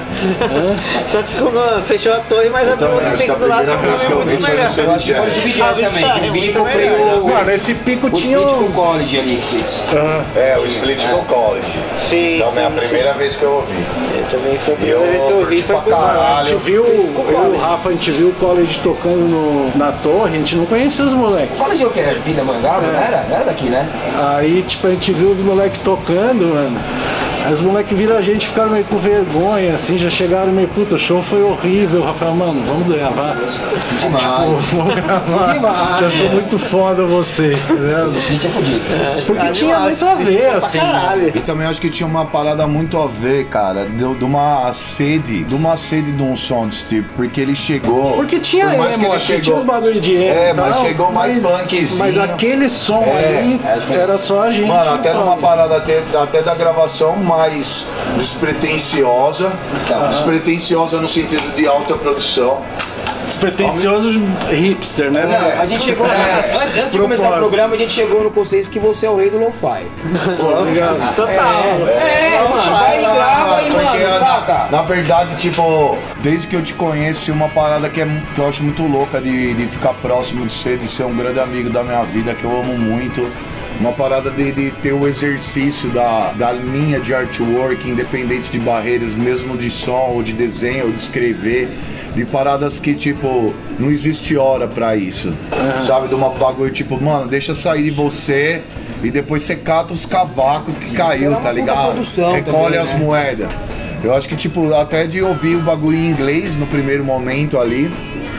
[SPEAKER 6] Só que quando fechou a torre, mas abriu outro pico do lado, é muito melhor.
[SPEAKER 4] Eu acho que foi o Subjazz também. Que eu vi e comprei o.
[SPEAKER 7] Mano, esse pico
[SPEAKER 4] O
[SPEAKER 7] tinha
[SPEAKER 4] split com
[SPEAKER 7] uns...
[SPEAKER 4] o college ali que vocês.
[SPEAKER 5] É, o Split com College.
[SPEAKER 6] Sim.
[SPEAKER 5] Então é a primeira vez que eu ouvi.
[SPEAKER 6] Também foi a
[SPEAKER 5] E eu
[SPEAKER 6] primeira vez que eu
[SPEAKER 5] curti
[SPEAKER 6] vi, foi
[SPEAKER 5] pra
[SPEAKER 6] com o
[SPEAKER 7] A
[SPEAKER 5] caralho.
[SPEAKER 7] gente viu, eu e o Rafa, a gente viu o College tocando na torre, a gente não conhecia os moleques.
[SPEAKER 4] College é o que? Era Pindamonhangaba? Não era? Não era daqui, né?
[SPEAKER 7] Aí, tipo, a gente viu os moleques tocando, mano. Aí os moleques viram a gente e ficaram meio com vergonha, assim, já chegaram meio, puta, o show foi horrível. O Rafael, mano, vamos gravar.
[SPEAKER 4] Demais.
[SPEAKER 7] Vamos gravar.
[SPEAKER 4] Demais.
[SPEAKER 7] Eu sou muito foda vocês, tá ligado?
[SPEAKER 4] Split é fodido.
[SPEAKER 7] Porque tinha muito a ver, assim.
[SPEAKER 5] E também acho que tinha uma parada muito a ver, cara, de uma sede de um som desse tipo, porque ele chegou.
[SPEAKER 7] Porque tinha
[SPEAKER 5] por mais que
[SPEAKER 7] emo,
[SPEAKER 5] ele
[SPEAKER 7] aqui tinha os bagulho de emo.
[SPEAKER 5] É,
[SPEAKER 7] e tal,
[SPEAKER 5] mas chegou mais punkzinho.
[SPEAKER 7] Mas aquele som ali era só a gente.
[SPEAKER 5] Mano, até
[SPEAKER 7] sabe?
[SPEAKER 5] numa parada até da gravação mais despretensiosa. Despretensiosa no sentido de alta produção.
[SPEAKER 7] Despretensioso hipster, né?
[SPEAKER 4] Não, a gente chegou. Antes de começar o programa, a gente chegou no conceito que você é o rei do lo-fi.
[SPEAKER 7] Obrigado.
[SPEAKER 6] Total.
[SPEAKER 4] Mano, vai e grava aí,
[SPEAKER 5] Porque,
[SPEAKER 4] mano, saca?
[SPEAKER 5] na verdade, tipo, desde que eu te conheço, uma parada que eu acho muito louca de ficar próximo de ser um grande amigo da minha vida, que eu amo muito. Uma parada de ter o exercício da linha de artwork, independente de barreiras, mesmo de som, ou de desenho, ou de escrever. De paradas que, tipo, não existe hora pra isso. Sabe? De uma bagulho, tipo, mano, deixa sair de você e depois você cata os cavacos que caiu, tá ligado? Recolhe
[SPEAKER 4] também,
[SPEAKER 5] as
[SPEAKER 4] né?
[SPEAKER 5] moedas. Eu acho que, tipo, até de ouvir o bagulho em inglês no primeiro momento ali,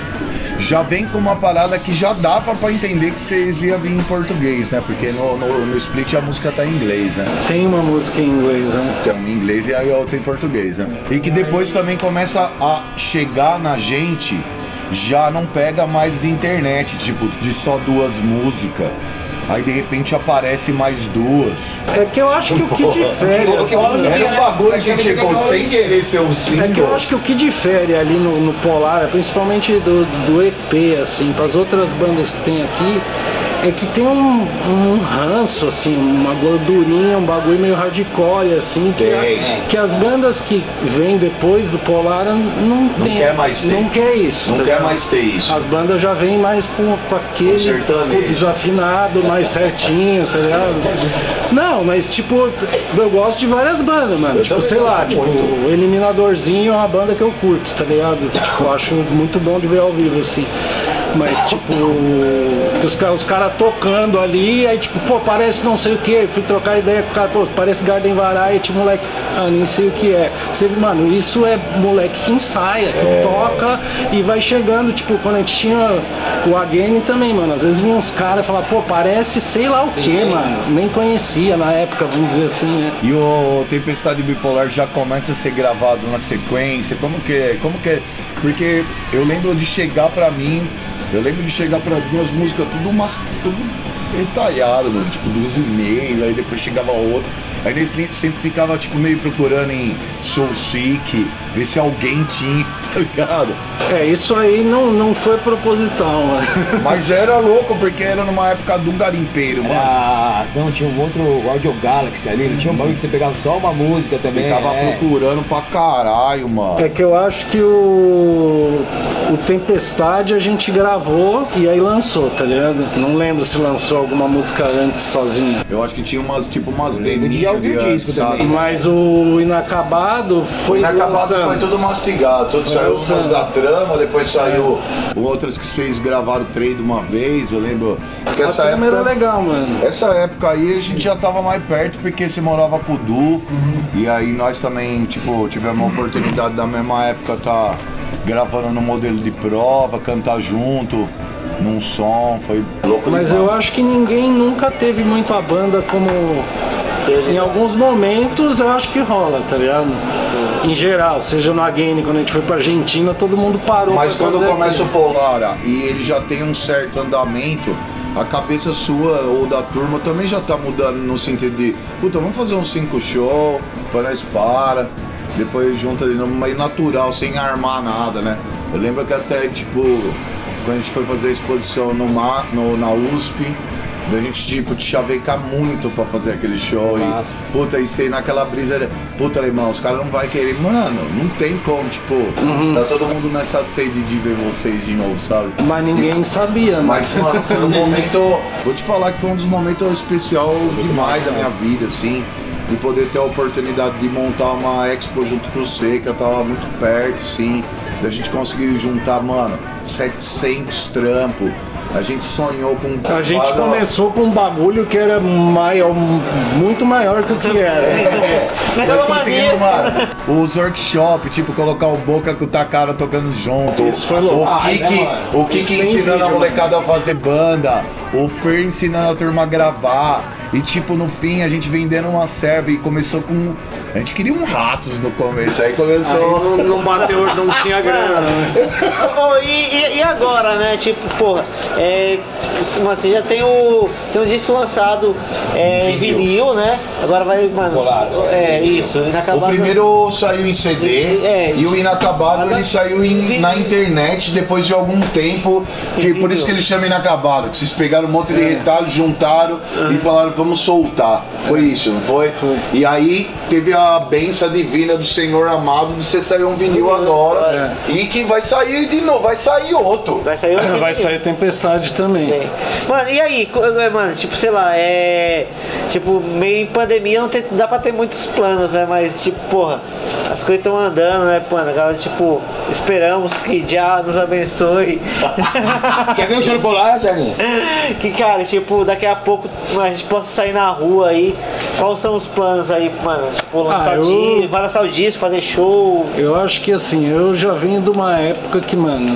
[SPEAKER 5] já vem com uma parada que já dava pra entender que vocês iam vir em português, né? Porque no Split a música tá em inglês, né?
[SPEAKER 7] Tem uma música em inglês, né?
[SPEAKER 5] Tem uma em inglês e a outra em português, né? E que depois também começa a chegar na gente, já não pega mais de internet, tipo, de só 2 músicas. Aí de repente aparece mais 2.
[SPEAKER 7] É que eu acho que o que difere. assim,
[SPEAKER 5] Era um bagulho que chegou sem querer ser um
[SPEAKER 7] É
[SPEAKER 5] single.
[SPEAKER 7] que eu acho que o que difere ali no Polar, principalmente do EP, assim, para as outras bandas que tem aqui, é que tem um ranço, assim, uma gordurinha, um bagulho meio hardcore, assim, que as bandas que vêm depois do Polar não tem.
[SPEAKER 5] quer mais ter.
[SPEAKER 7] Não quer isso.
[SPEAKER 5] Não
[SPEAKER 7] tá
[SPEAKER 5] quer
[SPEAKER 7] ligado?
[SPEAKER 5] mais ter isso.
[SPEAKER 7] As bandas já vêm mais com aquele
[SPEAKER 5] sertanejo.
[SPEAKER 7] com desafinado, mais certinho, tá ligado? Não, mas tipo, eu gosto de várias bandas, mano. Tipo, sei lá, tipo, o Eliminadorzinho é uma banda que eu curto, tá ligado? Tipo, eu acho muito bom de ver ao vivo, assim. Mas tipo, os caras tocando ali, aí tipo, pô, parece não sei o que, fui trocar ideia com o cara, pô, parece Garden Variety, moleque, nem sei o que é. Você, mano, isso é moleque que ensaia, que toca e vai chegando, tipo, quando a gente tinha o Again também, mano, às vezes vinha uns caras e falavam, pô, parece sei lá o que, mano, nem conhecia na época, vamos dizer assim, né?
[SPEAKER 5] E o Tempestade Bipolar já começa a ser gravado na sequência, como que é? Porque eu lembro de chegar pra mim, as músicas tudo retalhado, mano, tipo 2,5, aí depois chegava outro. Aí nesse link sempre ficava tipo meio procurando em Soul Seek, ver se alguém tinha, tá ligado?
[SPEAKER 7] É, isso aí não foi proposital, mano.
[SPEAKER 5] Mas era louco, porque era numa época do garimpeiro, mano.
[SPEAKER 4] Não, tinha um outro Audio Galaxy ali, não tinha um bagulho que você pegava só uma música também.
[SPEAKER 5] Ficava procurando pra caralho, mano.
[SPEAKER 7] É que eu acho que o Tempestade a gente gravou e aí lançou, tá ligado? Não lembro se lançou alguma música antes sozinho.
[SPEAKER 5] Eu acho que tinha umas
[SPEAKER 4] lembro de ouvir o disco também.
[SPEAKER 7] Mas o Inacabado foi lançando.
[SPEAKER 5] Foi tudo mastigado, tudo saiu umas da trama, depois saiu outras que vocês gravaram o trem de uma vez, eu lembro. Porque
[SPEAKER 7] A trama era legal, mano.
[SPEAKER 5] Essa época aí a gente já tava mais perto porque você morava com o Du, e aí nós também, tipo, tivemos a oportunidade da mesma época tá gravando no modelo de prova, cantar junto num som, foi louco.
[SPEAKER 7] Mas
[SPEAKER 5] demais.
[SPEAKER 7] eu acho que ninguém nunca teve muito a banda como... Em alguns momentos eu acho que rola, tá ligado? Em geral, seja no Again, quando a gente foi pra Argentina, todo mundo parou.
[SPEAKER 5] Mas
[SPEAKER 7] pra
[SPEAKER 5] quando
[SPEAKER 7] fazer
[SPEAKER 5] começa o
[SPEAKER 7] aquilo.
[SPEAKER 5] Polar e ele já tem um certo andamento, a cabeça sua ou da turma também já tá mudando no sentido de, puta, vamos fazer uns 5 shows, para nós para, depois junta de novo, meio natural, sem armar nada, né? Eu lembro que até, tipo, quando a gente foi fazer a exposição na USP, da gente, tipo, te chavecar muito pra fazer aquele show.
[SPEAKER 4] Nossa.
[SPEAKER 5] E, puta, e sei naquela brisa, puta, alemão, os caras não vai querer. Mano, não tem como, tipo, tá todo mundo nessa sede de ver vocês de novo, sabe?
[SPEAKER 7] Mas ninguém sabia,
[SPEAKER 5] Mas, mano, foi um momento, vou te falar que foi um dos momentos especial demais da minha vida, assim. De poder ter a oportunidade de montar uma expo junto com você, que eu tava muito perto, assim. Da gente conseguir juntar, mano, 700 trampos. A gente sonhou com...
[SPEAKER 7] A gente começou com um bagulho que era muito maior que o que era.
[SPEAKER 5] Nós conseguimos, mano, os workshops, tipo, colocar o Boca com o Takara tocando junto.
[SPEAKER 7] Isso foi louco.
[SPEAKER 5] O Kiki ensinando a molecada a fazer banda. O Fer ensinando a turma a gravar. E tipo, no fim, a gente vendendo uma serva e começou com... A gente queria um Ratos no começo, aí começou...
[SPEAKER 7] Aí não bateu, não tinha grana, né?
[SPEAKER 6] E agora, né? Tipo, porra, mas você já tem um disco lançado em vinil, né? Agora vai, mano. Isso, Inacabado.
[SPEAKER 5] O primeiro saiu em CD e o Inacabado ele saiu na internet depois de algum tempo, que por isso que ele chama Inacabado, que vocês pegaram um monte de retalhos, juntaram e falaram, vamos soltar. Foi isso, não foi? E aí teve a benção divina do Senhor amado de você sair um vinil agora e que vai sair de novo, vai sair outro.
[SPEAKER 7] Vai sair Tempestade também.
[SPEAKER 6] Mano, e aí, mano, tipo, sei lá, tipo, meio em pandemia não dá pra ter muitos planos, né? Mas, tipo, porra, as coisas estão andando, né, mano? Agora, tipo, esperamos que já nos abençoe.
[SPEAKER 4] Quer ver um show polar, Thiaguinho?
[SPEAKER 6] Que, cara, tipo, daqui a pouco a gente possa sair na rua aí. Quais são os planos aí, mano? Tipo, vai lançar o disco, fazer show.
[SPEAKER 7] Eu acho que assim, eu já venho de uma época que, mano,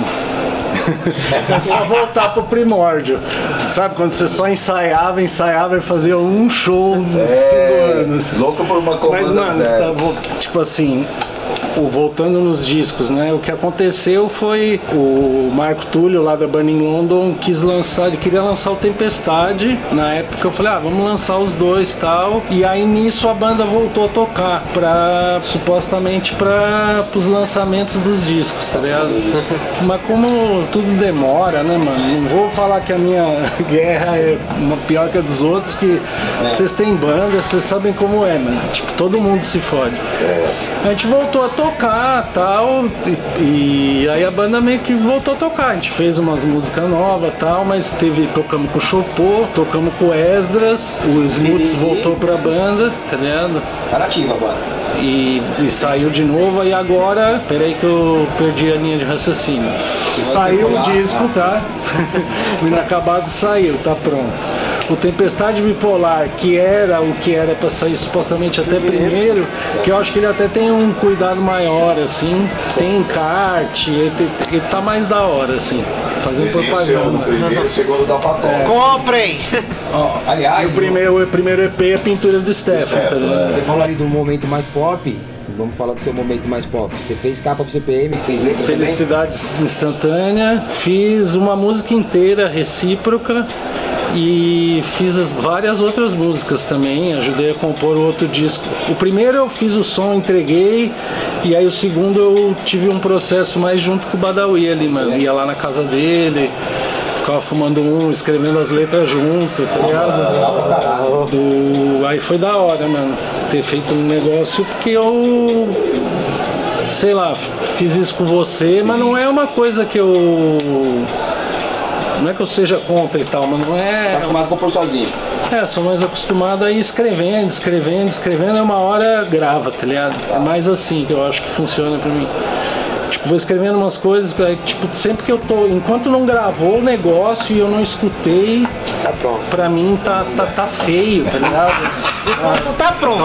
[SPEAKER 7] é só voltar pro primórdio. Sabe, quando você só ensaiava e fazia um show no fim do ano. Assim.
[SPEAKER 5] Louco por uma comanda.
[SPEAKER 7] Mas, mano, você tá, tipo assim, voltando nos discos, né? O que aconteceu foi o Marco Túlio lá da Burning London ele queria lançar o Tempestade. Na época eu falei, vamos lançar os dois e tal. E aí nisso a banda voltou a tocar supostamente para os lançamentos dos discos, tá ligado? Mas como tudo demora, né, mano? Não vou falar que a minha guerra é pior que a dos outros, que vocês têm banda, vocês sabem como é, mano. Tipo, todo mundo se fode. A gente voltou a tocar tal, e aí a banda meio que voltou a tocar. A gente fez umas músicas novas tal, mas tocamos com o Chopô, tocamos com o Esdras, o Smuts voltou pra banda, tá ligado?
[SPEAKER 4] Tá nativa a banda.
[SPEAKER 7] E saiu de novo, e agora, peraí que eu perdi a linha de raciocínio. Saiu o disco, tá? O Inacabado saiu, tá pronto. O Tempestade Bipolar, que era o que era pra sair supostamente até primeiro, que eu acho que ele até tem um cuidado maior, assim, tem encarte, ele tá mais da hora, assim, fazendo propaganda.
[SPEAKER 5] Primeiro, segundo dá pra compra.
[SPEAKER 6] Comprem!
[SPEAKER 4] Aliás,
[SPEAKER 7] o primeiro EP é a pintura do Stefan, tá ligado?
[SPEAKER 4] Você falou ali do momento mais pop. Vamos falar do seu momento mais pop. Você fez capa pro CPM, fez letra
[SPEAKER 7] Felicidade Instantânea, fiz uma música inteira, Recíproca, e fiz várias outras músicas também, ajudei a compor o outro disco. O primeiro eu fiz o som, entreguei, e aí o segundo eu tive um processo mais junto com o Badawi ali, mano. Ia lá na casa dele, ficava fumando escrevendo as letras junto, tá ligado? Aí foi da hora, mano, ter feito um negócio, porque eu, sei lá, fiz isso com você, mas não é uma coisa que eu... Não é que eu seja contra e tal, mas não é...
[SPEAKER 4] Tá acostumado a compor sozinho.
[SPEAKER 7] Sou mais acostumado a ir escrevendo, e uma hora grava, tá ligado? É mais assim que eu acho que funciona pra mim. Tipo, vou escrevendo umas coisas, tipo, sempre que eu tô... Enquanto não gravou o negócio e eu não escutei,
[SPEAKER 6] tá pronto.
[SPEAKER 7] Pra mim tá feio, tá ligado?
[SPEAKER 6] Não tá pronto.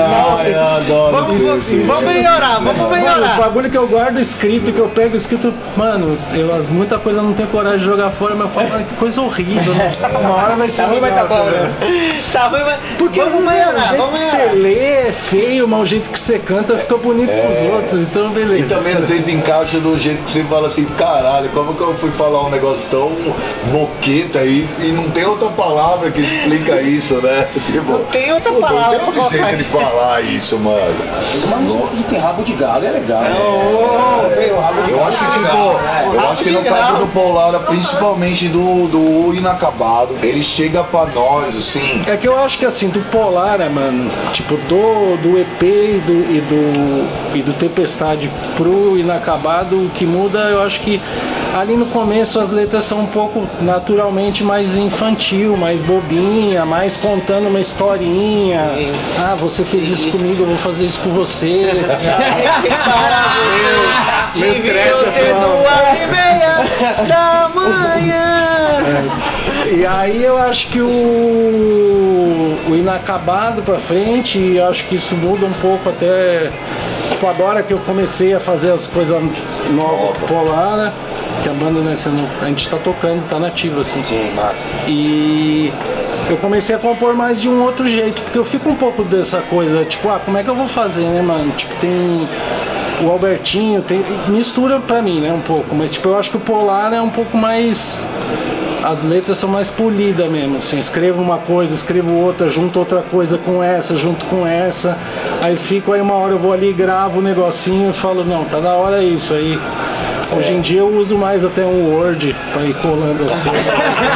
[SPEAKER 7] Eu adoro
[SPEAKER 6] vamos melhorar.
[SPEAKER 7] Mano, os bagulho que eu guardo escrito, que eu pego escrito, mano, muita coisa eu não tenho coragem de jogar fora, mas eu falo, mano, que coisa horrível, né? Uma hora vai ser
[SPEAKER 4] ruim, vai tá bom, né?
[SPEAKER 6] Tá ruim, mas...
[SPEAKER 7] Porque às vezes o jeito que você lê é feio, mas o jeito que você canta fica bonito pros outros, então beleza.
[SPEAKER 5] E também às vezes encaixa do jeito que você fala assim, caralho, como que eu fui falar um negócio tão moqueta aí e não tem outra palavra que explica isso, né? Tipo,
[SPEAKER 6] não tem outra palavra.
[SPEAKER 5] Não tem outro jeito de falar isso, mano.
[SPEAKER 4] Uma música que tem rabo de galo é legal.
[SPEAKER 5] Eu acho que tipo, eu acho que no caso do Polara, principalmente do Inacabado, ele chega pra nós, assim.
[SPEAKER 7] É que eu acho que assim, do Polara, mano, tipo, do EP e do Tempestade pro Inacabado, o que muda, eu acho que ali no começo as letras são um pouco naturalmente mais infantil, mais bobinha, mais contando uma historinha. Ah, você fez isso comigo, eu vou fazer isso com você.
[SPEAKER 6] Devia ser 2h30 da manhã.
[SPEAKER 7] E aí eu acho que o Inacabado pra frente, eu acho que isso muda um pouco até. Tipo, agora que eu comecei a fazer as coisas novas Polara, que a banda, né, a gente tá tocando, tá nativa assim.
[SPEAKER 4] Sim, massa.
[SPEAKER 7] E eu comecei a compor mais de um outro jeito, porque eu fico um pouco dessa coisa, tipo, como é que eu vou fazer, né, mano? Tipo, tem o Albertinho, mistura pra mim, né, um pouco, mas tipo, eu acho que o Polar é um pouco mais. As letras são mais polidas mesmo, assim, escrevo uma coisa, escrevo outra, junto outra coisa com essa, junto com essa, aí fico, aí uma hora eu vou ali, gravo o negocinho e falo, não, tá da hora isso aí. Hoje em dia eu uso mais até um Word pra ir colando as coisas.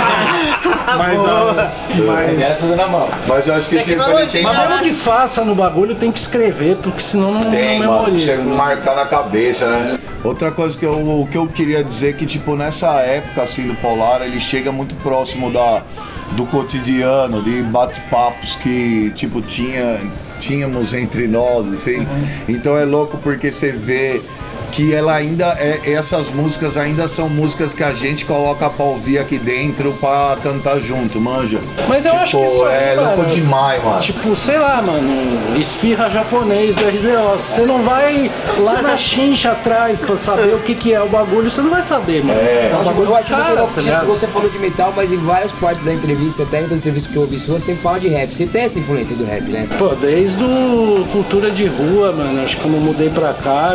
[SPEAKER 7] Mas
[SPEAKER 4] essa é na mão.
[SPEAKER 5] Mas eu acho que tipo, ele tem.
[SPEAKER 7] Mas mesmo que faça no bagulho tem que escrever, porque senão não memoriza.
[SPEAKER 5] Você marcar na cabeça, né? Outra coisa que eu queria dizer que, tipo, nessa época assim do Polar, ele chega muito próximo do cotidiano, de bate-papos que, tipo, tínhamos entre nós, assim. Então é louco porque você vê que ela ainda essas músicas ainda são músicas que a gente coloca pra ouvir aqui dentro pra cantar junto, manja.
[SPEAKER 7] Mas eu acho que isso
[SPEAKER 5] é
[SPEAKER 7] aí,
[SPEAKER 5] louco
[SPEAKER 7] mano,
[SPEAKER 5] demais, mano.
[SPEAKER 7] Tipo, sei lá, mano, esfirra japonês do RZO. Você não vai lá na chincha atrás pra saber o que é o bagulho, você não vai saber, mano. É um bagulho
[SPEAKER 4] Eu acho
[SPEAKER 7] cara,
[SPEAKER 4] muito louco,
[SPEAKER 7] tá
[SPEAKER 4] tipo,
[SPEAKER 7] ligado?
[SPEAKER 4] você falou de metal, mas em várias partes da entrevista, até em outras entrevistas que eu ouvi sua, você fala de rap. Você tem essa influência do rap, né?
[SPEAKER 7] Pô, desde o Cultura de Rua, mano, acho que quando eu mudei pra cá,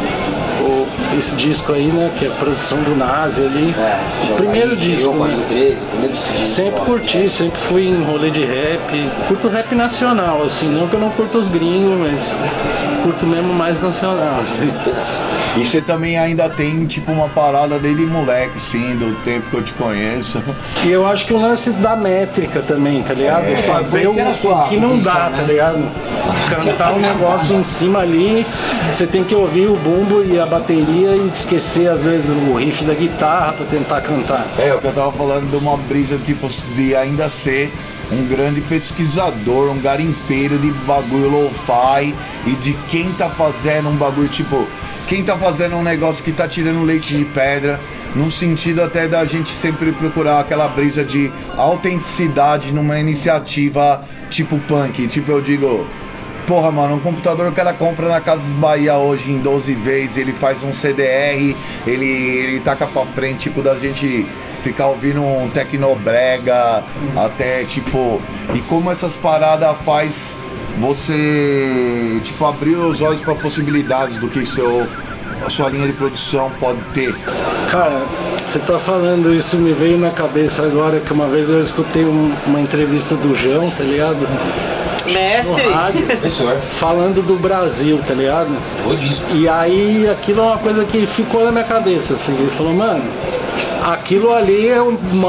[SPEAKER 7] esse disco aí, né, que é a produção do Nazi ali, o primeiro disco, né?
[SPEAKER 4] 13, primeiro disco.
[SPEAKER 7] Sempre curti, sempre fui em rolê de rap, curto rap nacional, assim, não que eu não curto os gringos, mas curto mesmo mais nacional, assim.
[SPEAKER 5] E você também ainda tem, tipo, uma parada dele moleque, sim, do tempo que eu te conheço.
[SPEAKER 7] E eu acho que o lance da métrica também, tá ligado? Fazer o que não dá,
[SPEAKER 4] né?
[SPEAKER 7] tá ligado? Cantar um negócio em cima ali, você tem que ouvir o bumbo e a bateria e esquecer às vezes o riff da guitarra pra tentar cantar.
[SPEAKER 5] É, o que eu tava falando de uma brisa, tipo, de ainda ser um grande pesquisador, um garimpeiro de bagulho lo-fi e de quem tá fazendo um bagulho, tipo, quem tá fazendo um negócio que tá tirando leite de pedra, num sentido até da gente sempre procurar aquela brisa de autenticidade numa iniciativa tipo punk. Tipo, eu digo, porra, mano, um computador que ela compra na Casas Bahia hoje em 12 vezes, ele faz um CDR, ele taca pra frente, tipo, da gente ficar ouvindo um tecnobrega, até, tipo, e como essas paradas faz você, tipo, abrir os olhos pra possibilidades do que a sua linha de produção pode ter.
[SPEAKER 7] Cara, você tá falando isso, me veio na cabeça agora que uma vez eu escutei uma entrevista do João, tá ligado? No
[SPEAKER 6] Mestre!
[SPEAKER 7] rádio,
[SPEAKER 4] Professor.
[SPEAKER 7] falando do Brasil, tá ligado?
[SPEAKER 4] O disco.
[SPEAKER 7] E aí aquilo é uma coisa que ficou na minha cabeça, assim, ele falou, mano, aquilo ali é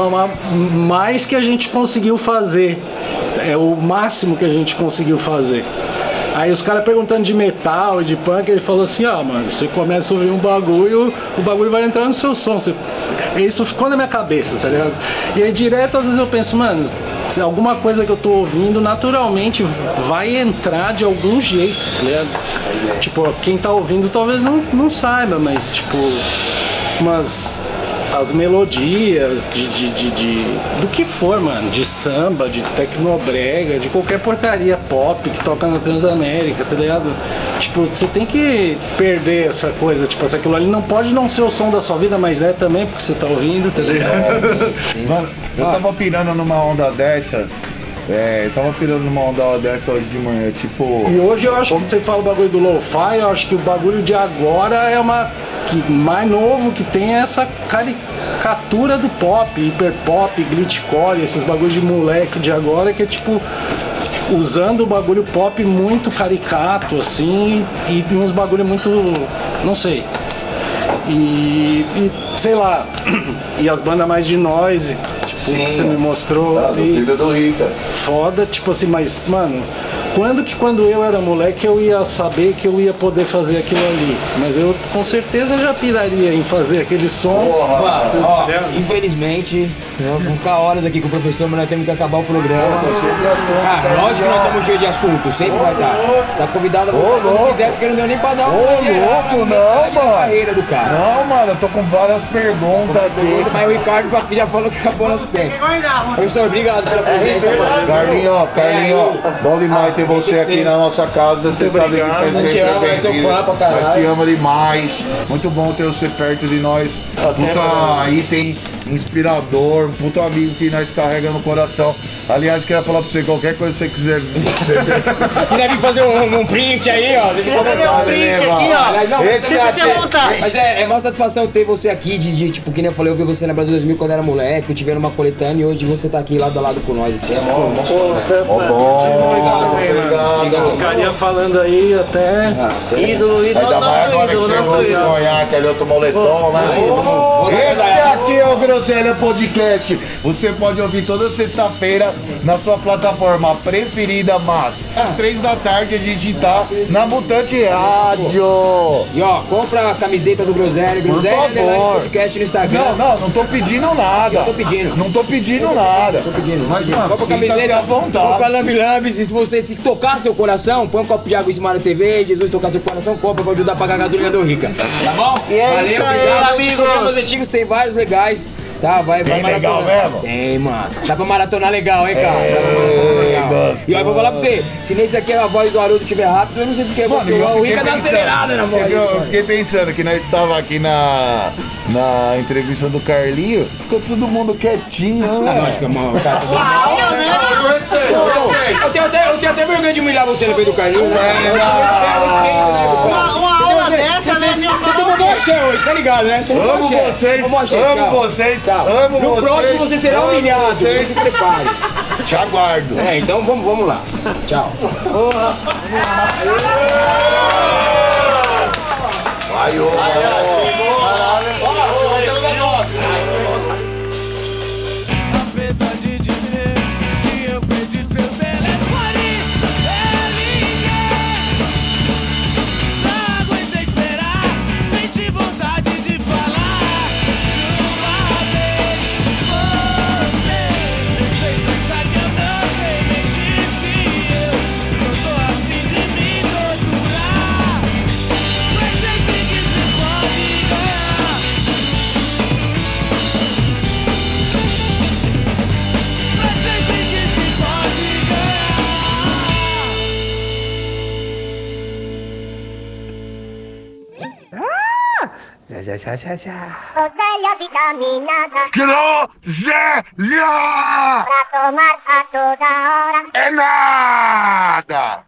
[SPEAKER 7] mais que a gente conseguiu fazer, é o máximo que a gente conseguiu fazer. Aí os caras perguntando de metal e de punk, ele falou assim, mano, você começa a ouvir um bagulho, o bagulho vai entrar no seu som. Isso ficou na minha cabeça, tá ligado? E aí direto às vezes eu penso, mano, se alguma coisa que eu tô ouvindo naturalmente vai entrar de algum jeito, tá ligado? Tipo, quem tá ouvindo talvez não saiba, mas tipo, as melodias do que for, mano, de samba, de tecnobrega, de qualquer porcaria pop que toca na Transamérica, tá ligado? Tipo, você tem que perder essa coisa, tipo, aquilo ali não pode não ser o som da sua vida, mas é também porque você tá ouvindo, tá ligado?
[SPEAKER 5] Sim. Mano, eu tava pirando numa onda dessa. Hoje de manhã, tipo.
[SPEAKER 7] E hoje eu acho que você fala o bagulho do lo-fi, eu acho que o bagulho de agora é que mais novo que tem essa caricatura do pop, hiperpop, glitchcore, esses bagulhos de moleque de agora que é tipo usando o bagulho pop muito caricato assim e uns bagulho muito, não sei. E sei lá, e as bandas mais de noise, tipo, que você me mostrou
[SPEAKER 5] do
[SPEAKER 7] ali.
[SPEAKER 5] filho do Rita.
[SPEAKER 7] Foda, tipo assim, mas, mano, quando eu era moleque eu ia saber que eu ia poder fazer aquilo ali? Mas eu com certeza já piraria em fazer aquele som.
[SPEAKER 4] Ó, infelizmente, eu vou ficar horas aqui com o professor, mas nós temos que acabar o programa. Lógico que nós estamos cheios de assunto, sempre vai estar. Tá convidado a voltar quando quiser, porque não deu nem pra dar uma
[SPEAKER 5] louco, não, mano.
[SPEAKER 4] carreira do cara.
[SPEAKER 5] Não, mano, eu tô com várias perguntas aqui.
[SPEAKER 4] Mas o Ricardo já falou que acabou nosso tempo. Professor, obrigado pela presença, mano.
[SPEAKER 5] Carlinho, bom demais ter você aqui na nossa casa. Você sabe que você sempre é bem-vindo. Nós te ama demais. Muito bom ter você perto de nós. Puta item inspirador, um puto amigo que nós carregamos no coração. Aliás, queria falar pra você, qualquer coisa que você quiser.
[SPEAKER 4] Quiser vir fazer um print aí, ó. Você
[SPEAKER 6] Quer fazer um print aqui, ó?
[SPEAKER 4] Não,
[SPEAKER 6] Esse é a vontade.
[SPEAKER 4] Mas é uma satisfação ter você aqui, tipo, que nem eu falei, eu vi você na Brasil 2000 quando era moleque, eu tive numa coletânea e hoje você tá aqui lado a lado com nós. Isso é
[SPEAKER 5] Obrigado.
[SPEAKER 7] Ficaria falando aí até.
[SPEAKER 6] Ídolo,
[SPEAKER 5] Ainda mais agora que chegou de conhaque ali, outro moletom, né? Esse aqui é o Groselha Podcast. Você pode ouvir toda sexta-feira na sua plataforma preferida, mas às 3 da tarde a gente tá na Mutante Rádio.
[SPEAKER 4] E ó, compra a camiseta do Groselha, Groselha Podcast no Instagram.
[SPEAKER 5] Não tô pedindo nada.
[SPEAKER 4] Eu tô pedindo.
[SPEAKER 5] Não tô pedindo nada.
[SPEAKER 4] Tô pedindo.
[SPEAKER 5] Mas, mano,
[SPEAKER 4] compra a
[SPEAKER 5] sinta-se
[SPEAKER 4] camiseta,
[SPEAKER 5] à vontade.
[SPEAKER 4] compra lambe-lambes. E se você tocar seu coração, põe um copo de água em cima da TV. Jesus tocar seu coração, compra pra ajudar a pagar a gasolina do Rica. Tá bom?
[SPEAKER 6] E é isso aí,
[SPEAKER 4] obrigado.
[SPEAKER 6] amigos.
[SPEAKER 4] Os programas antigos tem vários legais. Tá, vai
[SPEAKER 5] Tem legal mesmo?
[SPEAKER 4] Tem, mano. Dá pra maratonar legal, hein, cara? Dá pra maratonar legal. E ó, eu vou falar pra você, se nesse aqui a voz do Haroldo estiver rápido, eu não sei porque, mano, o Rica dá acelerada na voz.
[SPEAKER 5] Eu fiquei pensando que nós estávamos aqui na entrevista do Carlinho, ficou todo mundo quietinho, né?
[SPEAKER 4] Não, acho que é mal, cara. Eu tenho até vergonha de humilhar você no meio do Carlinho.
[SPEAKER 6] Uma aula dessa, né?
[SPEAKER 4] Você tomou bom axé hoje, tá ligado, né?
[SPEAKER 5] Amo vocês.
[SPEAKER 4] No próximo você será humilhado, você se prepare.
[SPEAKER 5] Te aguardo.
[SPEAKER 4] Então vamos lá. Tchau.
[SPEAKER 8] Apesar de dizer que eu perdi seu telefone, não aguentei esperar, senti vontade de falar de uma vez. Você fez pensar que eu não sei mentir, que eu não tô afim de me torturar, mas sempre que se pode ganhar. Mas sempre que se pode
[SPEAKER 2] Groselha vitaminada
[SPEAKER 3] Groselha!
[SPEAKER 2] pra tomar a toda hora.
[SPEAKER 3] É nada!